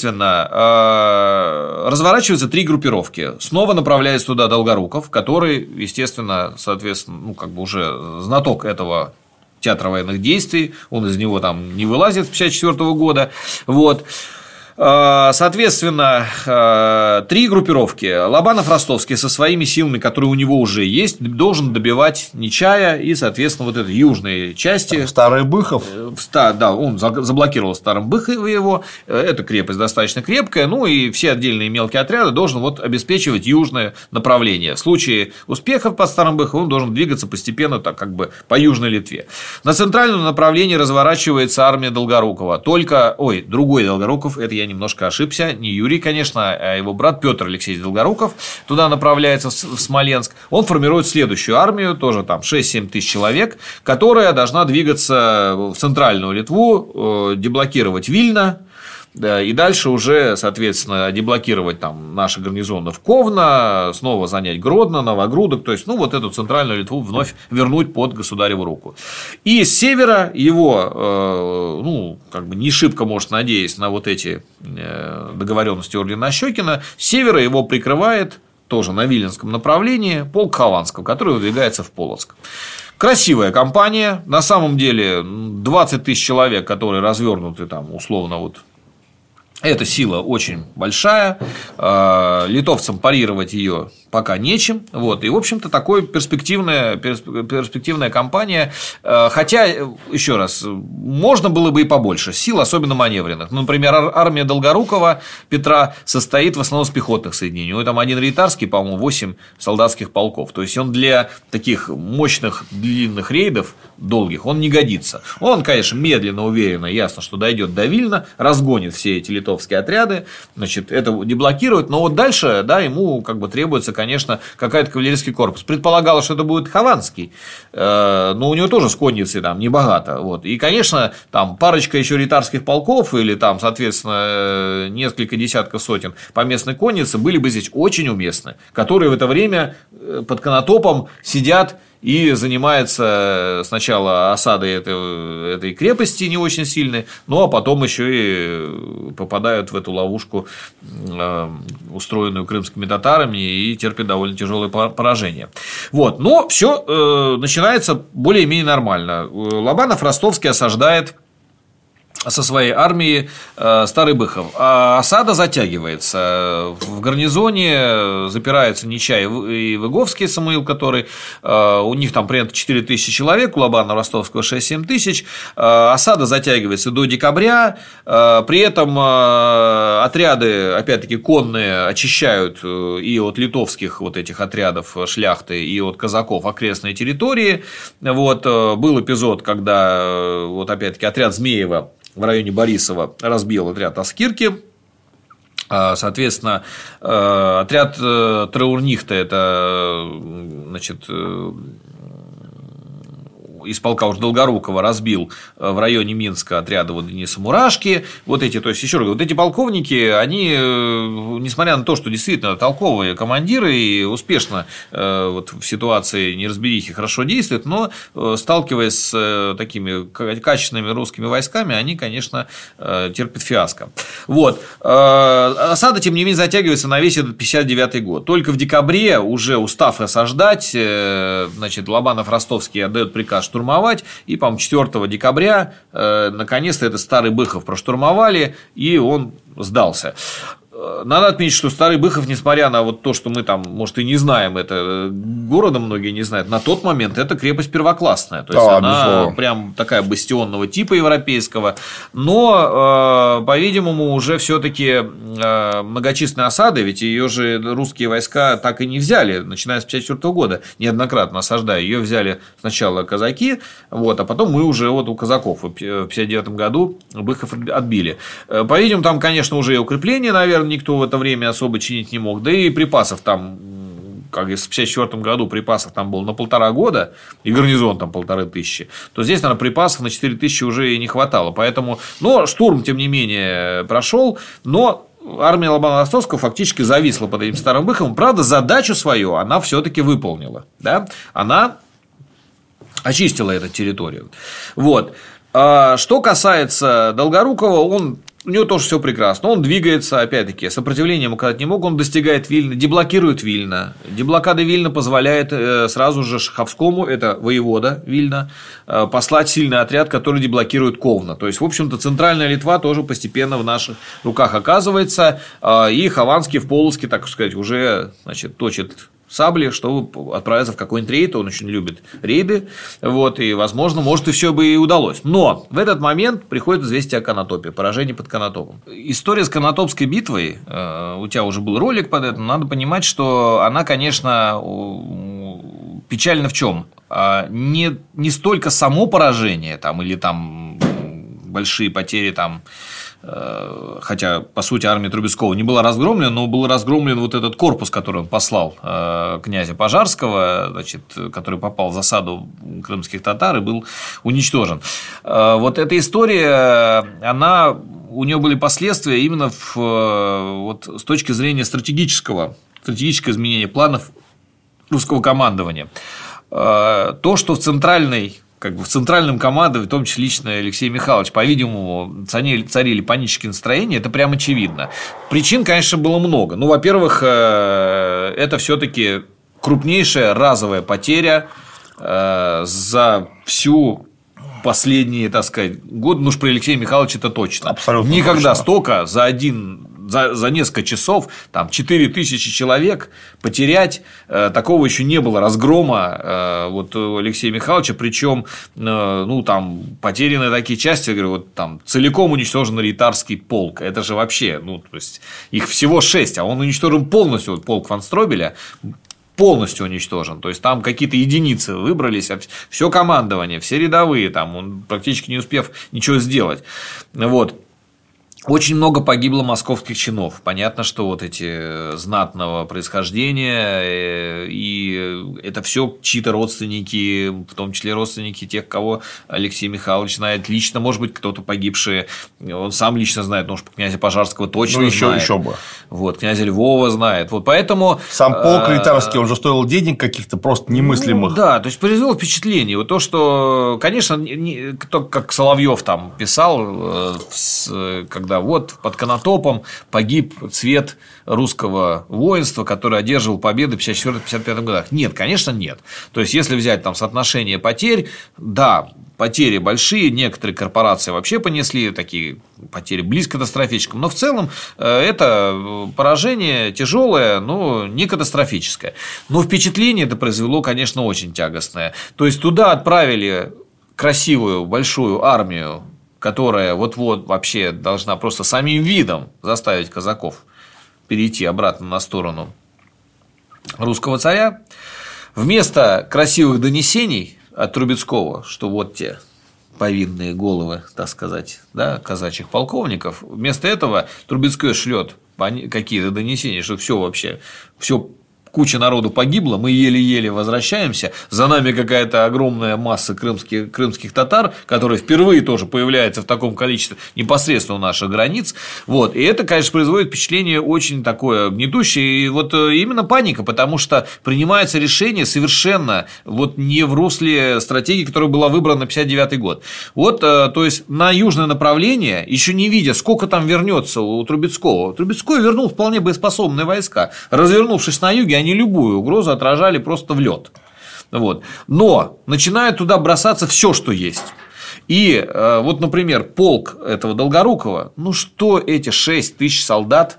соответственно, разворачиваются три группировки. Снова направляется туда Долгоруков, который, естественно, соответственно, ну как бы уже знаток этого театра военных действий, он из него там не вылазит с тысяча девятьсот пятьдесят четвёртого года. Вот. Соответственно, три группировки. Лобанов-Ростовский со своими силами, которые у него уже есть, должен добивать Нечая и, соответственно, вот этой южной части. Старый Быхов. Да, он заблокировал Старым Быхове его. Эта крепость достаточно крепкая. Ну и все отдельные мелкие отряды должен вот обеспечивать южное направление. В случае успехов под Старым Быховым он должен двигаться постепенно так, как бы по Южной Литве. На центральном направлении разворачивается армия Долгорукова. Только, ой, другой Долгоруков, это я Я немножко ошибся, не Юрий, конечно, а его брат Петр Алексеевич Долгоруков туда направляется в Смоленск. Он формирует следующую армию, тоже там шесть-семь тысяч человек, которая должна двигаться в центральную Литву, деблокировать Вильно. Да, и дальше уже, соответственно, деблокировать там наши гарнизоны в Ковно, снова занять Гродно, Новогрудок, то есть, ну, вот эту центральную Литву вновь вернуть под государеву руку. И с севера его, э, ну, как бы не шибко может надеясь на вот эти договоренности ордена Щекина, с севера его прикрывает тоже на Виленском направлении полк Хованского, который выдвигается в Полоцк. Красивая кампания, на самом деле двадцать тысяч человек, которые развернуты там условно вот. Эта сила очень большая, литовцам парировать ее пока нечем. Вот. И, в общем-то, такая перспективная, перспективная кампания. Хотя, еще раз, можно было бы и побольше сил, особенно маневренных. Например, армия Долгорукова Петра состоит в основном из пехотных соединений. У него там один рейтарский, по-моему, восемь солдатских полков. То есть он для таких мощных длинных рейдов, долгих, он не годится. Он, конечно, медленно, уверенно, ясно, что дойдет до Вильна, разгонит все эти литовские отряды, значит, это деблокирует, но вот дальше, да, ему как бы требуется, конечно, какой-то кавалерийский корпус. Предполагалось, что это будет Хованский, но у него тоже с конницей там небогато, вот. И, конечно, там парочка еще рейтарских полков или там, соответственно, несколько десятков сотен поместной конницы были бы здесь очень уместны, которые в это время под Конотопом сидят и занимается сначала осадой этой, этой крепости не очень сильной, ну а потом еще и попадают в эту ловушку, устроенную крымскими татарами, и терпят довольно тяжелое поражение. Вот. Но все начинается более-менее нормально. Лобанов-Ростовский осаждает со своей армией Старый Быхов. А осада затягивается. В гарнизоне запираются Нечай и Выговский Самуил, который у них там примерно четыре тысячи человек, у Лобанова-Ростовского шесть-семь тысяч. Осада затягивается до декабря. При этом отряды, опять-таки, конные очищают и от литовских вот этих отрядов шляхты, и от казаков окрестные территории. Вот. Был эпизод, когда вот опять-таки отряд Змеева в районе Борисова разбил отряд Аскирки. Соответственно, отряд Траурнихта – это, значит, из полка уж Долгорукова разбил в районе Минска отряды вот Дениса Мурашки. Вот эти, то есть, еще раз говорю, вот эти полковники, они, несмотря на то, что действительно толковые командиры и успешно вот, в ситуации неразберихи хорошо действуют, но сталкиваясь с такими качественными русскими войсками, они, конечно, терпят фиаско. Вот. Осада, тем не менее, затягивается на весь этот пятьдесят девятый год. Только в декабре, уже устав осаждать, значит, Лобанов-Ростовский отдает приказ штурмовать, и, по-моему, четвёртого декабря э, наконец-то этот Старый Быхов проштурмовали, и он сдался. Надо отметить, что Старый Быхов, несмотря на вот то, что мы там, может, и не знаем, это города многие не знают, на тот момент это крепость первоклассная. То есть, да, она безусловно. Прям такая бастионного типа европейского. Но, по-видимому, уже все-таки многочисленные осады, ведь ее же русские войска так и не взяли, начиная с тысяча девятьсот пятьдесят четвёртого года, неоднократно осаждая. Ее взяли сначала казаки, вот, а потом мы уже вот у казаков в пятьдесят девятом году Быхов отбили. По-видимому, там, конечно, уже и укрепления, наверное, никто в это время особо чинить не мог. Да и припасов там, как если в пятьдесят четвёртом году припасов там было на полтора года, и гарнизон там полторы тысячи, то здесь, наверное, припасов на четыре тысячи уже и не хватало. Поэтому, но штурм, тем не менее, прошел, но армия Лобана Ростовского фактически зависла под этим Старым Быховым. Правда, задачу свою она все-таки выполнила. Да? Она очистила эту территорию. Вот. Что касается Долгорукова, он, у него тоже все прекрасно. Он двигается, опять-таки, сопротивление ему оказать не мог, он достигает Вильна, деблокирует Вильна. Деблокада Вильна позволяет сразу же Шаховскому, это воевода Вильна, послать сильный отряд, который деблокирует Ковна. То есть, в общем-то, центральная Литва тоже постепенно в наших руках оказывается, и Хованский в Полоцке, так сказать, уже, значит, точит сабли, чтобы отправиться в какой-нибудь рейд, он очень любит рейды, вот, и, возможно, может, и все бы и удалось. Но в этот момент приходит известие о Конотопе, поражение под Конотопом. История с Конотопской битвой, у тебя уже был ролик под это, надо понимать, что она, конечно, печальна в чем? Не, не столько само поражение, там, или там большие потери, там, хотя, по сути, армия Трубецкого не была разгромлена, но был разгромлен вот этот корпус, который он послал князя Пожарского, значит, который попал в засаду крымских татар и был уничтожен. Вот эта история, она, у нее были последствия именно в, вот, с точки зрения стратегического, стратегического изменения планов русского командования. То, что в центральной как бы в центральном командовании, в том числе лично Алексей Михайлович, по-видимому, царили панические настроения, это прям очевидно. Причин, конечно, было много. Ну, во-первых, это все-таки крупнейшая разовая потеря за всю последние, так сказать, годы. Ну уж при Алексее Михайловиче это точно. Абсолютно никогда точно. Столько за один За, за несколько часов там четыре тысячи человек потерять, э, такого еще не было разгрома э, вот у Алексея Михайловича, причем э, ну, там потеряны такие части, я говорю, вот там целиком уничтожен Рейтарский полк, это же вообще, ну, то есть их всего шесть, а он уничтожен полностью, вот, полк фон Стробеля полностью уничтожен, то есть там какие-то единицы выбрались, все командование, все рядовые, там он практически не успев ничего сделать, вот. Очень много погибло московских чинов. Понятно, что вот эти знатного происхождения, и это все чьи-то родственники, в том числе родственники тех, кого Алексей Михайлович знает лично, может быть, кто-то погибший, он сам лично знает, ну, уж князя Пожарского точно ну, еще, знает. Еще бы. Вот, князя Львова знает. Вот поэтому сам полк Рейтарский, он же стоил денег каких-то просто немыслимых. Ну, да, то есть произвело впечатление. Вот то, что, конечно, не, кто, как Соловьев там писал, когда вот под Конотопом погиб цвет русского воинства, который одерживал победы в пятьдесят четвёртом — пятьдесят пятом годах. Нет, конечно, нет. То есть, если взять там соотношение потерь, да, потери большие, некоторые корпорации вообще понесли такие потери близко к катастрофическим, но в целом это поражение тяжелое, но не катастрофическое. Но впечатление это произвело, конечно, очень тягостное. То есть, туда отправили красивую большую армию, которая вот-вот вообще должна просто самим видом заставить казаков перейти обратно на сторону русского царя. Вместо красивых донесений от Трубецкого, что вот те повинные головы, так сказать, да, казачьих полковников, вместо этого Трубецкой шлет какие-то донесения, что все вообще, все куча народу погибла, мы еле-еле возвращаемся, за нами какая-то огромная масса крымских, крымских татар, которые впервые тоже появляются в таком количестве непосредственно у наших границ. Вот. И это, конечно, производит впечатление очень такое гнетущее, и вот именно паника, потому что принимается решение совершенно вот не в русле стратегии, которая была выбрана на пятьдесят девятый год. Вот, то есть, на южное направление, еще не видя, сколько там вернется у Трубецкого, Трубецкой вернул вполне боеспособные войска, развернувшись на юге, они любую угрозу отражали просто в лед. Вот. Но начинает туда бросаться все, что есть. И вот, например, полк этого Долгорукова, ну что эти шесть тысяч солдат,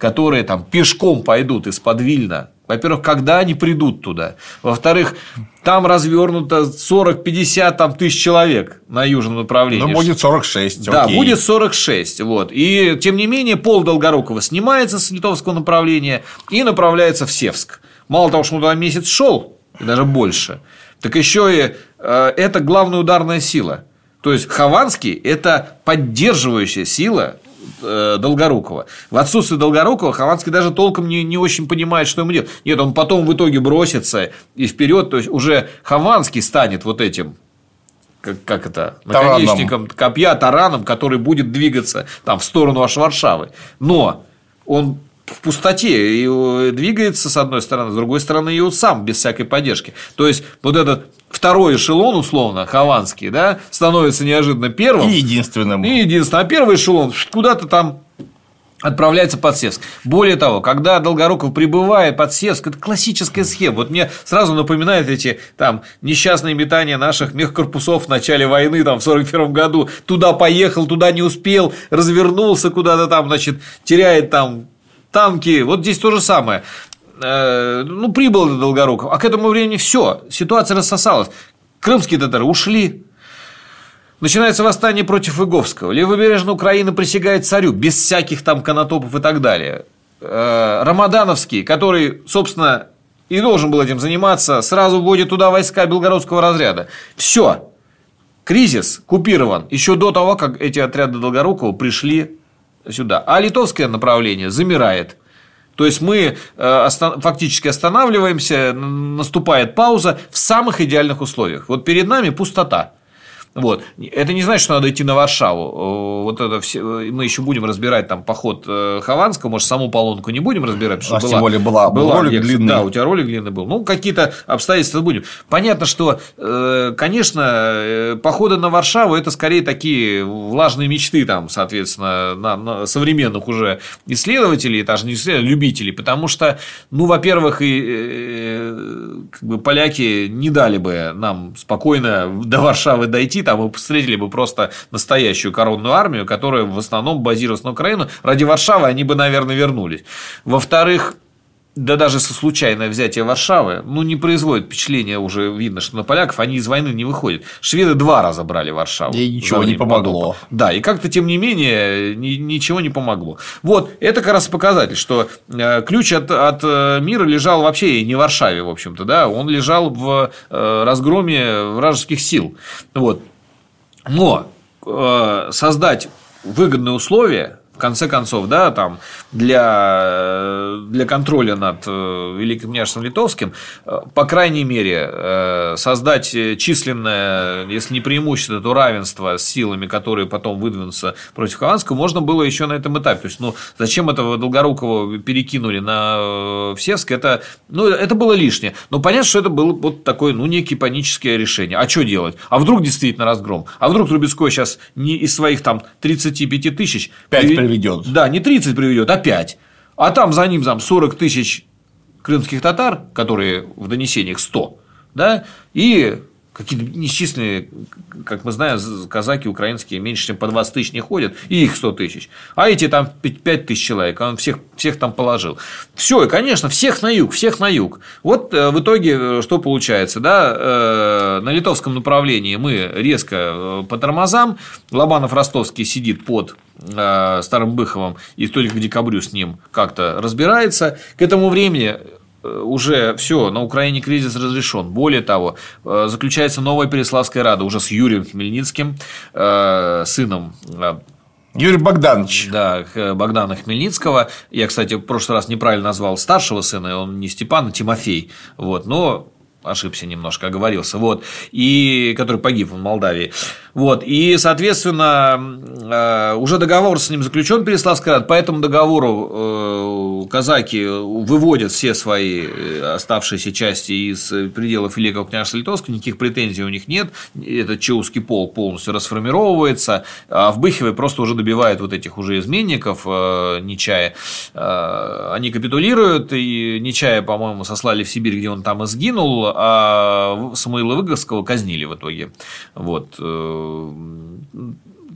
которые там пешком пойдут из-под Вильна. Во-первых, когда они придут туда? Во-вторых, там развернуто сорок-пятьдесят там, тысяч человек на южном направлении. Ну, будет сорок шесть. Да, окей. будет сорок шесть. Вот. И, тем не менее, полк Долгорукова снимается с литовского направления и направляется в Севск. Мало того, что он туда месяц шел, и даже больше, так еще и э, это главная ударная сила. То есть Хованский – это поддерживающая сила Долгорукова. В отсутствие Долгорукова Хованский даже толком не, не очень понимает, что ему делать. Нет, он потом в итоге бросится и вперед, то есть уже Хованский станет вот этим, как, как это, наконечником копья, тараном, который будет двигаться там, в сторону аж Варшавы. Но он в пустоте и двигается с одной стороны, с другой стороны, и он сам без всякой поддержки. То есть вот этот второй эшелон, условно, Хованский, да, становится неожиданно первым. И единственным. И единственным. А первый эшелон куда-то там отправляется под Севск. Более того, когда Долгоруков прибывает под Севск, это классическая схема. Вот мне сразу напоминает эти там несчастные метания наших мехкорпусов в начале войны, там, в сорок первом году. Туда поехал, туда не успел, развернулся куда-то там, значит, теряет там танки. Вот здесь то же самое. Ну, прибыл до Долгоруков, а к этому времени все, ситуация рассосалась. Крымские татары ушли. Начинается восстание против Выговского. Левобережная Украина присягает царю, без всяких там конотопов и так далее. Рамадановский, который, собственно, и должен был этим заниматься, сразу вводит туда войска Белгородского разряда. Все. Кризис купирован еще до того, как эти отряды Долгорукова пришли сюда. А литовское направление замирает. То есть мы фактически останавливаемся, наступает пауза в самых идеальных условиях. Вот перед нами пустота. Вот. Это не значит, что надо идти на Варшаву. Вот это все... Мы еще будем разбирать там поход Хованского, может, саму Полонку не будем разбирать, потому что была, тем более была, была ролик лекция, длинный. Да, у тебя ролик длинный был. Ну, какие-то обстоятельства будем. Понятно, что, конечно, походы на Варшаву – это скорее такие влажные мечты, там, соответственно, на, на современных уже исследователей, даже не исследователей, любителей, потому что, ну, во-первых, и как бы поляки не дали бы нам спокойно до Варшавы дойти. Там мы встретили бы просто настоящую коронную армию, которая в основном базировалась на Украину. Ради Варшавы они бы, наверное, вернулись. Во-вторых, да даже со случайное взятие Варшавы, ну, не производит впечатления, уже видно, что на поляков они из войны не выходят. Шведы два раза брали Варшаву. И ничего не помогло. Потопа. Да, и как-то, тем не менее, ни, ничего не помогло. Вот, это как раз показатель, что ключ от, от мира лежал вообще не в Варшаве, в общем-то, да, он лежал в разгроме вражеских сил. Вот. Но создать выгодные условия, в конце концов, да, там, для, для контроля над Великим княжеством Литовским, по крайней мере, создать численное, если не преимущество, то равенство с силами, которые потом выдвинутся против Хованского, можно было еще на этом этапе. То есть, ну, зачем этого Долгорукова перекинули на Севск, это, ну, это было лишнее. Но понятно, что это было вот такое, ну, некое паническое решение. А что делать? А вдруг действительно разгром? А вдруг Трубецкой сейчас не из своих там тридцати пяти тысяч пять приведет? Да, не тридцать приведет, а пять. А там за ним там сорок тысяч крымских татар, которые в донесениях сто, да, и какие-то несчисленные, как мы знаем, казаки украинские меньше, чем по двадцать тысяч не ходят, и их сто тысяч. А эти там пять тысяч человек, он всех, всех там положил. Все, и, конечно, всех на юг, всех на юг. Вот в итоге что получается, да, на литовском направлении мы резко по тормозам, Лобанов-Ростовский сидит под Старым Быховым и только к декабрю с ним как-то разбирается. К этому времени уже все, на Украине кризис разрешен. Более того, заключается новая Переславская рада уже с Юрием Хмельницким, сыном Юрий Богданович. Да, Богдана Хмельницкого. Я, кстати, в прошлый раз неправильно назвал старшего сына, он не Степан, а Тимофей. Вот, но ошибся немножко, оговорился. Вот, и который погиб в Молдавии. Вот, и, соответственно, уже договор с ним заключен Переславской рады, по этому договору казаки выводят все свои оставшиеся части из пределов Великого княжества Литовского, никаких претензий у них нет, этот Чеузский полк полностью расформировывается, а в Быхове просто уже добивают вот этих уже изменников Нечая, они капитулируют, и Нечая, по-моему, сослали в Сибирь, где он там и сгинул, а Самуила Выговского казнили в итоге. Вот.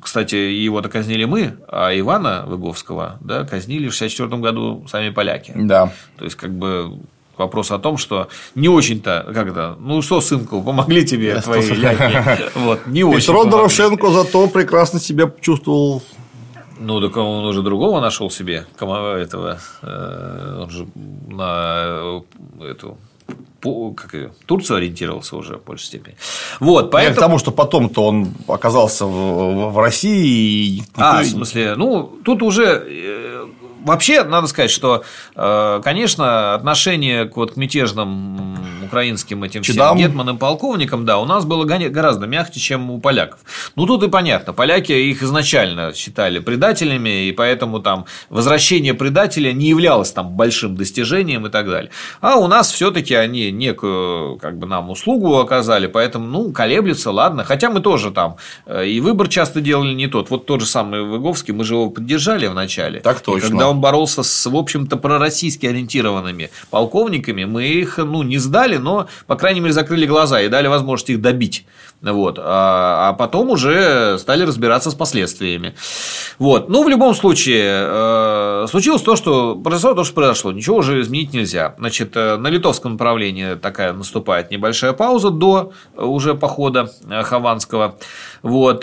кстати, его-то казнили мы, а Ивана Выговского, да, казнили в шестьдесят четвёртом году сами поляки. Да. То есть, как бы вопрос о том, что не очень-то, как-то, ну что, сынку, помогли тебе твои ляхи. Вот, не очень. Петро Дорошенко зато прекрасно себя чувствовал. Ну, так он уже другого нашел себе, этого, он же на эту. Как ее, Турцию ориентировался уже в большей степени. Вот, поэтому... Я к тому, что потом-то он оказался в, в России. И... А, в смысле, ну, тут уже вообще надо сказать, что, конечно, отношение к, вот, к мятежным украинским этим всем гетманам, полковникам, да, у нас было гораздо мягче, чем у поляков. Ну, тут и понятно, поляки их изначально считали предателями, и поэтому там возвращение предателя не являлось там большим достижением и так далее. А у нас все-таки они некую, как бы, нам услугу оказали, поэтому, ну, колеблется, ладно. Хотя мы тоже там и выбор часто делали не тот. Вот тот же самый Выговский, мы же его поддержали вначале. Так точно. И когда он боролся с, в общем-то, пророссийски ориентированными полковниками, мы их, ну, не сдали, но, по крайней мере, закрыли глаза и дали возможность их добить. Вот. А потом уже стали разбираться с последствиями. Вот. Ну, в любом случае, случилось то, что произошло, то, что произошло. Ничего уже изменить нельзя. Значит, на литовском направлении такая наступает небольшая пауза до уже похода Хованского. Вот.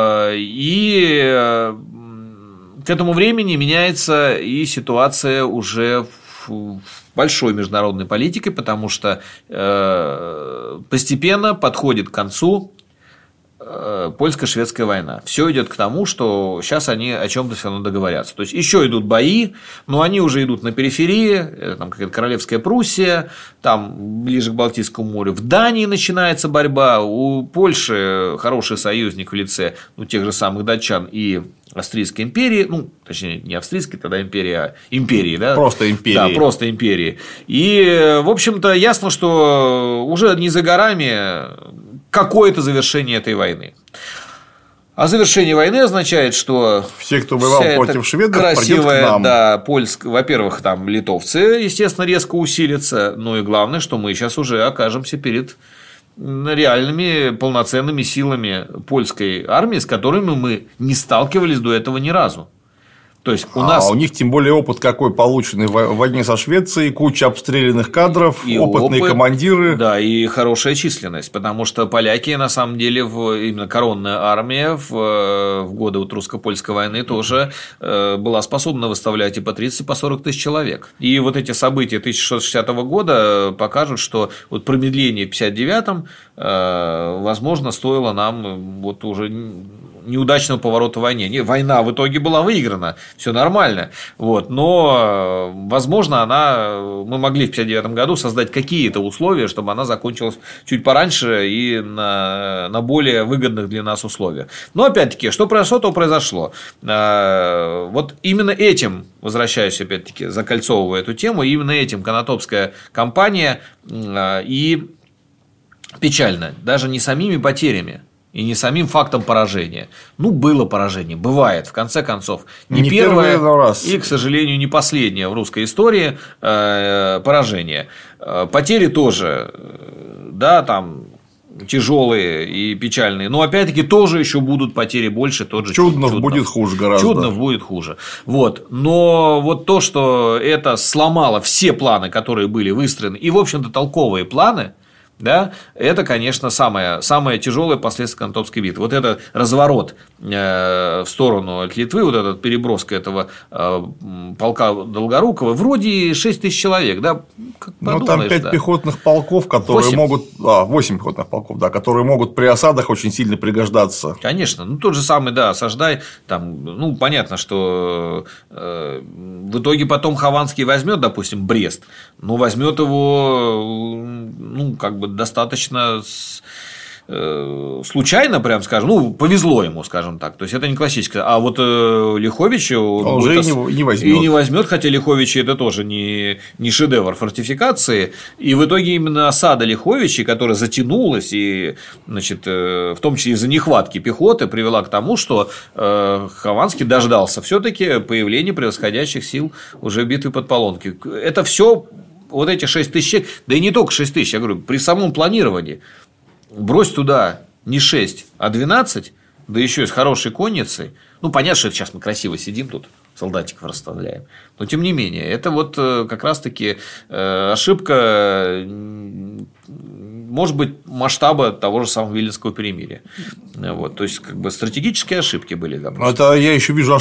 И к этому времени меняется и ситуация уже в большой международной политикой, потому что постепенно подходит к концу польско-шведская война. Все идет к тому, что сейчас они о чем-то все равно договорятся. То есть еще идут бои, но они уже идут на периферии, там какая-то Королевская Пруссия, там ближе к Балтийскому морю. В Дании начинается борьба, у Польши хороший союзник в лице, ну, тех же самых датчан и Австрийской империи, ну, точнее, не Австрийской тогда империи, а империи, да? Просто империи. Да, просто империи. И, в общем-то, ясно, что уже не за горами какое-то завершение этой войны. А завершение войны означает, что все, кто воевал против шведов, красивая, к нам. Да, польск, во-первых, там литовцы, естественно, резко усилятся, ну и главное, что мы сейчас уже окажемся перед реальными полноценными силами польской армии, с которыми мы не сталкивались до этого ни разу. То есть у нас... А у них тем более опыт какой полученный в войне со Швецией, куча обстрелянных кадров, и опытные опыт, командиры. Да, и хорошая численность, потому что поляки, на самом деле, в, именно коронная армия в, в годы вот русско-польской войны тоже была способна выставлять и по тридцать, и по сорок тысяч человек. И вот эти события тысяча шестьсот шестидесятого года покажут, что вот промедление в пятьдесят девятом, возможно, стоило нам вот уже неудачного поворота в войне. Не, война в итоге была выиграна, все нормально. Вот, но, возможно, она, мы могли в пятьдесят девятом году создать какие-то условия, чтобы она закончилась чуть пораньше и на, на более выгодных для нас условиях. Но, опять-таки, что произошло, то произошло. Вот именно этим, возвращаюсь, опять-таки, закольцовывая эту тему, именно этим Конотопская кампания и печальна, даже не самими потерями, и не самим фактом поражения. Ну, было поражение, бывает, в конце концов. Не, не первое раз. И, к сожалению, не последнее в русской истории э, поражение. Потери тоже, да, там тяжелые и печальные, но опять-таки тоже еще будут потери больше. Тот же Чуднов, Чуднов будет хуже гораздо. Чуднов будет хуже. Вот. Но вот то, что это сломало все планы, которые были выстроены, и, в общем-то, толковые планы, да, это, конечно, самое, самое тяжелое последствие Конотопской битвы. Вот этот разворот в сторону от Литвы, вот этот переброска этого полка Долгорукова, вроде шесть тысяч человек, да? Как ну, там пять да. пехотных полков, которые восемь. могут. А, восемь пехотных полков, да, которые могут при осадах очень сильно пригождаться. Конечно. Ну, тот же самый, да, осаждай. Там, ну, понятно, что э, в итоге потом Хованский возьмет, допустим, Брест, но возьмет его, ну, как бы достаточно э, случайно, прям скажем, ну, повезло ему, скажем так. То есть это не классическое. А вот э, Лиховича он уже и не, не возьмет. И не возьмет, хотя Лиховичи это тоже не, не шедевр фортификации. И в итоге именно осада Лиховичей, которая затянулась, и, значит, э, в том числе из-за нехватки пехоты, привела к тому, что э, Хованский дождался все-таки появления превосходящих сил уже в битве под Полонки. Это все. Вот эти шесть тысяч, да и не только шесть тысяч, я говорю, при самом планировании брось туда не шесть, а двенадцать да еще и с хорошей конницей. Ну, понятно, что сейчас мы красиво сидим тут, солдатиков расставляем. Но, тем не менее, это вот как раз-таки ошибка, может быть, масштаба того же самого Виленского перемирия. Вот. То есть, как бы стратегические ошибки были. Это я еще вижу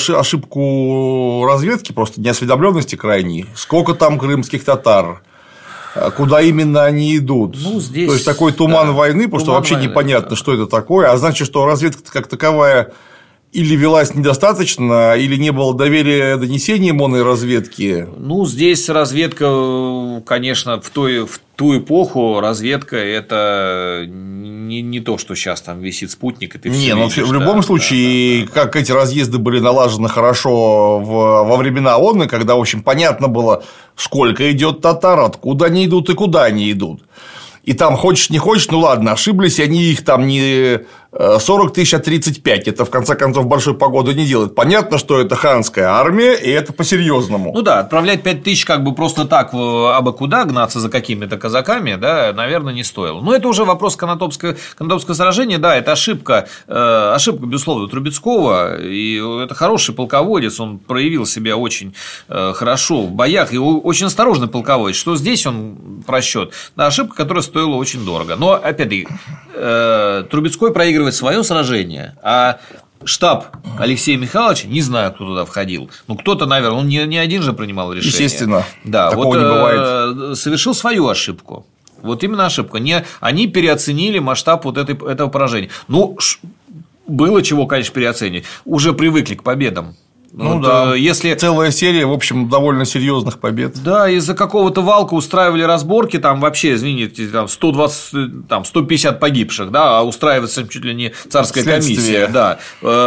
ошибку разведки, просто неосведомленности крайней. Сколько там крымских татар? Куда именно они идут? Ну, здесь, то есть, такой туман да, войны, потому что вообще войны, непонятно, да. что это такое. А значит, что разведка как таковая или велась недостаточно, или не было доверия донесениям оной разведки. Ну, здесь разведка, конечно, в той, в ту эпоху разведка – это не, не то, что сейчас там висит спутник, и ты все Не, ну, видишь, в любом да, случае, да, да, как эти разъезды были налажены хорошо в, во времена ООН, когда, в общем, понятно было, сколько идет татар, откуда они идут и куда они идут. И там хочешь не хочешь, ну ладно, ошиблись, они их там не сорок тысяч, а тридцать пять. Это, в конце концов, большой погоды не делает. Понятно, что это ханская армия, и это по-серьезному. Ну да, отправлять пять тысяч как бы просто так абы куда гнаться за какими-то казаками, да, наверное, не стоило. Но это уже вопрос Конотопского, Конотопского сражения, да, это ошибка, э, ошибка, безусловно, Трубецкого, и это хороший полководец, он проявил себя очень э, хорошо в боях, и очень осторожный полководец, что здесь он просчет, да, ошибка, которая стоила очень дорого. Но, опять-таки, э, Трубецкой проигрывает свое сражение, а штаб Алексея Михайловича, не знаю, кто туда входил, ну, кто-то, наверное, он не, не один же принимал решение. Естественно, да, такого вот, не бывает. Совершил свою ошибку. Вот именно ошибка. Не, они переоценили масштаб вот этой, этого поражения. Ну, ш, было чего, конечно, переоценить. Уже привыкли к победам. Ну вот, да, если... целая серия, в общем, довольно серьезных побед. Да, из-за какого-то валка устраивали разборки, там вообще, извините, там сто двадцать, там сто пятьдесят погибших, да, а устраивается чуть ли не царская Следствие. комиссия, да.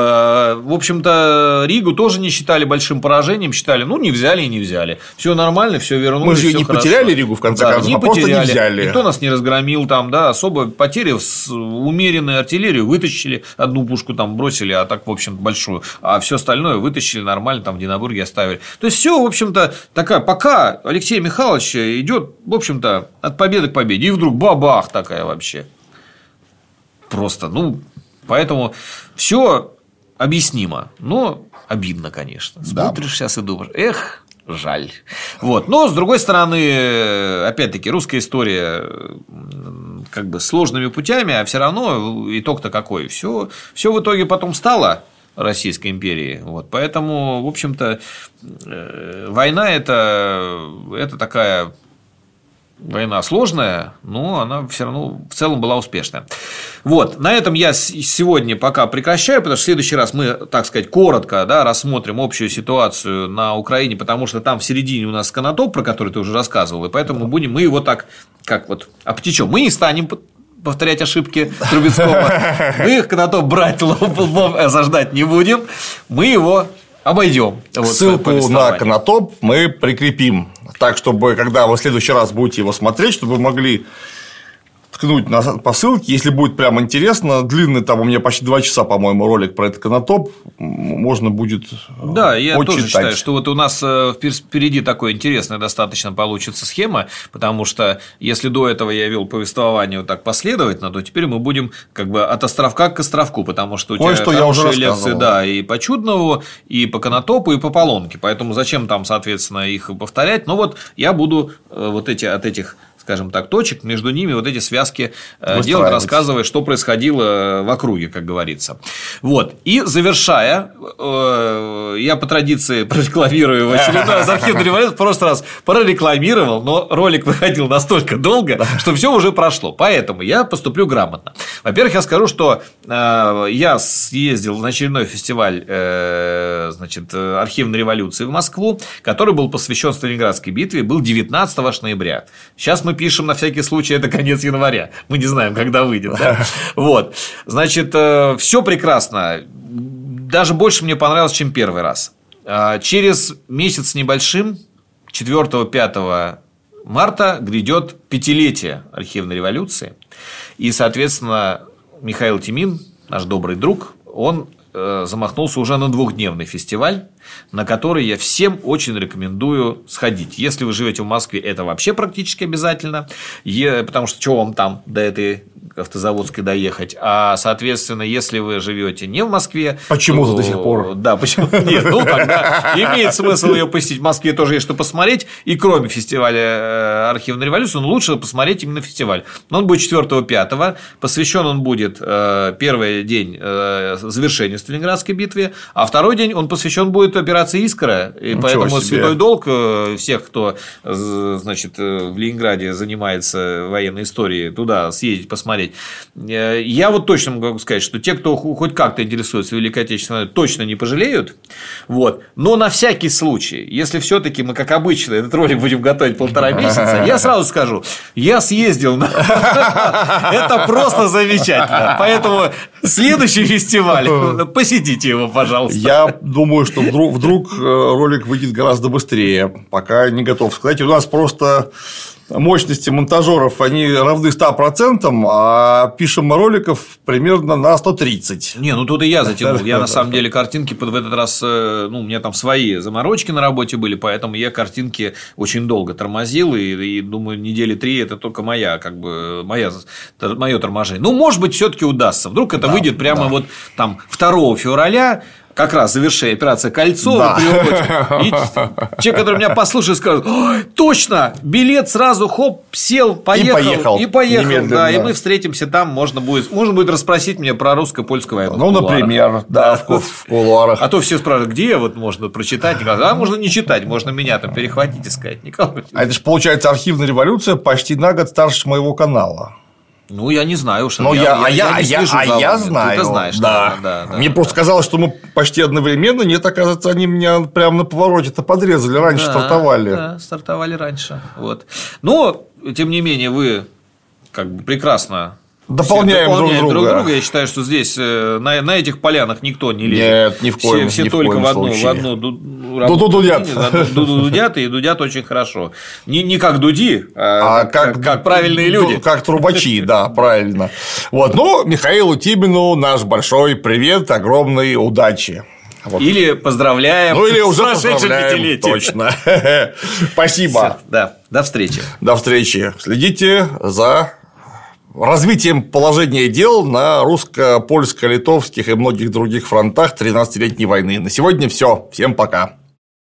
В общем-то, Ригу тоже не считали большим поражением, считали, ну, не взяли и не взяли. Все нормально, все вернули. Мы же ее не хорошо. потеряли, Ригу, в конце да, концов, не а просто потеряли. не взяли. Никто нас не разгромил, там, да, особо потери, умеренную артиллерию вытащили, одну пушку там бросили, а так, в общем, большую, а все остальное вытащили нормально, там, в Динабурге оставили. То есть, все, в общем-то, такая, пока Алексей Михайлович идет, в общем-то, от победы к победе, и вдруг бабах такая вообще. Просто, ну, поэтому все объяснимо, но обидно, конечно. Смотришь да. сейчас и думаешь, эх, жаль. Вот. Но, с другой стороны, опять-таки, русская история как бы сложными путями, а все равно итог-то какой? Все, все в итоге потом стало Российской империи. Вот. Поэтому, в общем-то, война это, это такая война сложная, но она все равно в целом была успешная. Вот. На этом я сегодня пока прекращаю, потому что в следующий раз мы, так сказать, коротко, да, рассмотрим общую ситуацию на Украине, потому что там в середине у нас Конотоп, про который ты уже рассказывал, и поэтому будем мы его так, как вот обтечем. Мы не станем повторять ошибки Трубецкого. Мы их Конотоп брать лбом осаждать не будем. Мы его обойдем. Ссылку вот, на Конотоп мы прикрепим. Так, чтобы, когда вы в следующий раз будете его смотреть, чтобы вы могли ткнуть на, по ссылке, если будет прям интересно, длинный, там у меня почти два часа, по-моему, ролик про этот Конотоп, можно будет Да, я почитать. Тоже считаю, что вот у нас впереди такой интересная достаточно получится схема, потому что если до этого я вел повествование вот так последовательно, то теперь мы будем как бы от островка к островку, потому что у тебя Кое-что я уже лекции, да, и по Чуднову, и по Конотопу, и по Полонке, поэтому зачем там, соответственно, их повторять, но вот я буду вот эти от этих, скажем так, точек, между ними вот эти связки делать, рассказывая, что происходило в округе, как говорится. Вот. И завершая, я по традиции прорекламирую в очередной раз архивный революцию, в прошлый раз прорекламировал, но ролик выходил настолько долго, что все уже прошло. Поэтому я поступлю грамотно. Во-первых, я скажу, что я съездил на очередной фестиваль, значит, архивной революции в Москву, который был посвящен Сталинградской битве, был девятнадцатого ноября. Сейчас мы пишем на всякий случай, это конец января. Мы не знаем, когда выйдет. Да? Вот. Значит, все прекрасно. Даже больше мне понравилось, чем первый раз. Через месяц с небольшим, четвёртого-пятого марта, грядет пятилетие архивной революции. И, соответственно, Михаил Тимин, наш добрый друг, он замахнулся уже на двухдневный фестиваль, на который я всем очень рекомендую сходить. Если вы живете в Москве, это вообще практически обязательно, потому что чего вам там до этой Автозаводской доехать. А, соответственно, если вы живете не в Москве. Почему-то до сих пор. Да, почему? Нет, ну тогда имеет смысл ее посетить. В Москве тоже есть что посмотреть. И кроме фестиваля «Архивной революции», ну, лучше посмотреть именно фестиваль. Но он будет четвёртого-пятого. Посвящен он будет первый день завершения Сталинградской битвы, а второй день он посвящен будет операции «Искра». И ну, поэтому святой долг всех, кто, значит, в Ленинграде занимается военной историей, туда съездить, посмотреть. Я вот точно могу сказать, что те, кто хоть как-то интересуется Великой Отечественной, точно не пожалеют. Вот. Но на всякий случай, если все-таки мы, как обычно, этот ролик будем готовить полтора месяца, я сразу скажу, я съездил на... Это просто замечательно. Поэтому следующий фестиваль, посетите его, пожалуйста. Я думаю, что вдруг, вдруг ролик выйдет гораздо быстрее. Пока не готов сказать. У нас просто мощности монтажеров, они равны ста процентам, а пишем мы роликов примерно на сто тридцать. Не, ну тут и я затянул. Я на самом деле картинки в этот раз, ну, у меня там свои заморочки на работе были, поэтому я картинки очень долго тормозил, и, и думаю, недели три это только моя, как бы, моя, мое торможение. Ну, может быть, все-таки удастся. Вдруг это да, выйдет прямо да. вот там второго февраля. Как раз завершая операция «Кольцо», да. И те, которые меня послушают, скажут: точно, билет сразу, хоп, сел, поехал. И поехал. И, поехал да, и мы встретимся там, можно будет, можно будет расспросить меня про русско-польскую войну. Ну, например, да, в, в кулуарах. А то все спрашивают, где вот можно прочитать. А можно не читать, можно меня там перехватить и сказать. Николай. А это же, получается, «Архивная революция» почти на год старше моего канала. Ну, я не знаю, что ну, я, я, я, я, я, а я знаю. Ты знаешь, да. Да, да, Мне да, просто да. казалось, что мы почти одновременно. Нет, оказывается, они меня прямо на повороте-то подрезали, раньше да, стартовали. Да, стартовали раньше. Вот. Но, тем не менее, вы как бы прекрасно. Дополняем, дополняем друг, друга. друг друга. Я считаю, что здесь на, на этих полянах никто не лезет. Нет, ни в коем, все, все ни в только коем в одну, случае. в одну Дуду дудят. Дуду дудят, и дудят очень хорошо. Не, не как дуди, а, а как, как, как правильные люди. Как трубачи, да, правильно. Вот. Ну, Михаилу Тимину наш большой привет, огромной удачи. Вот. Или поздравляем. Ну, или уже поздравляем, точно. Спасибо. Все, да, до встречи. До встречи. Следите за развитием положения дел на русско-польско-литовских и многих других фронтах тринадцатилетней войны. На сегодня все. Всем пока.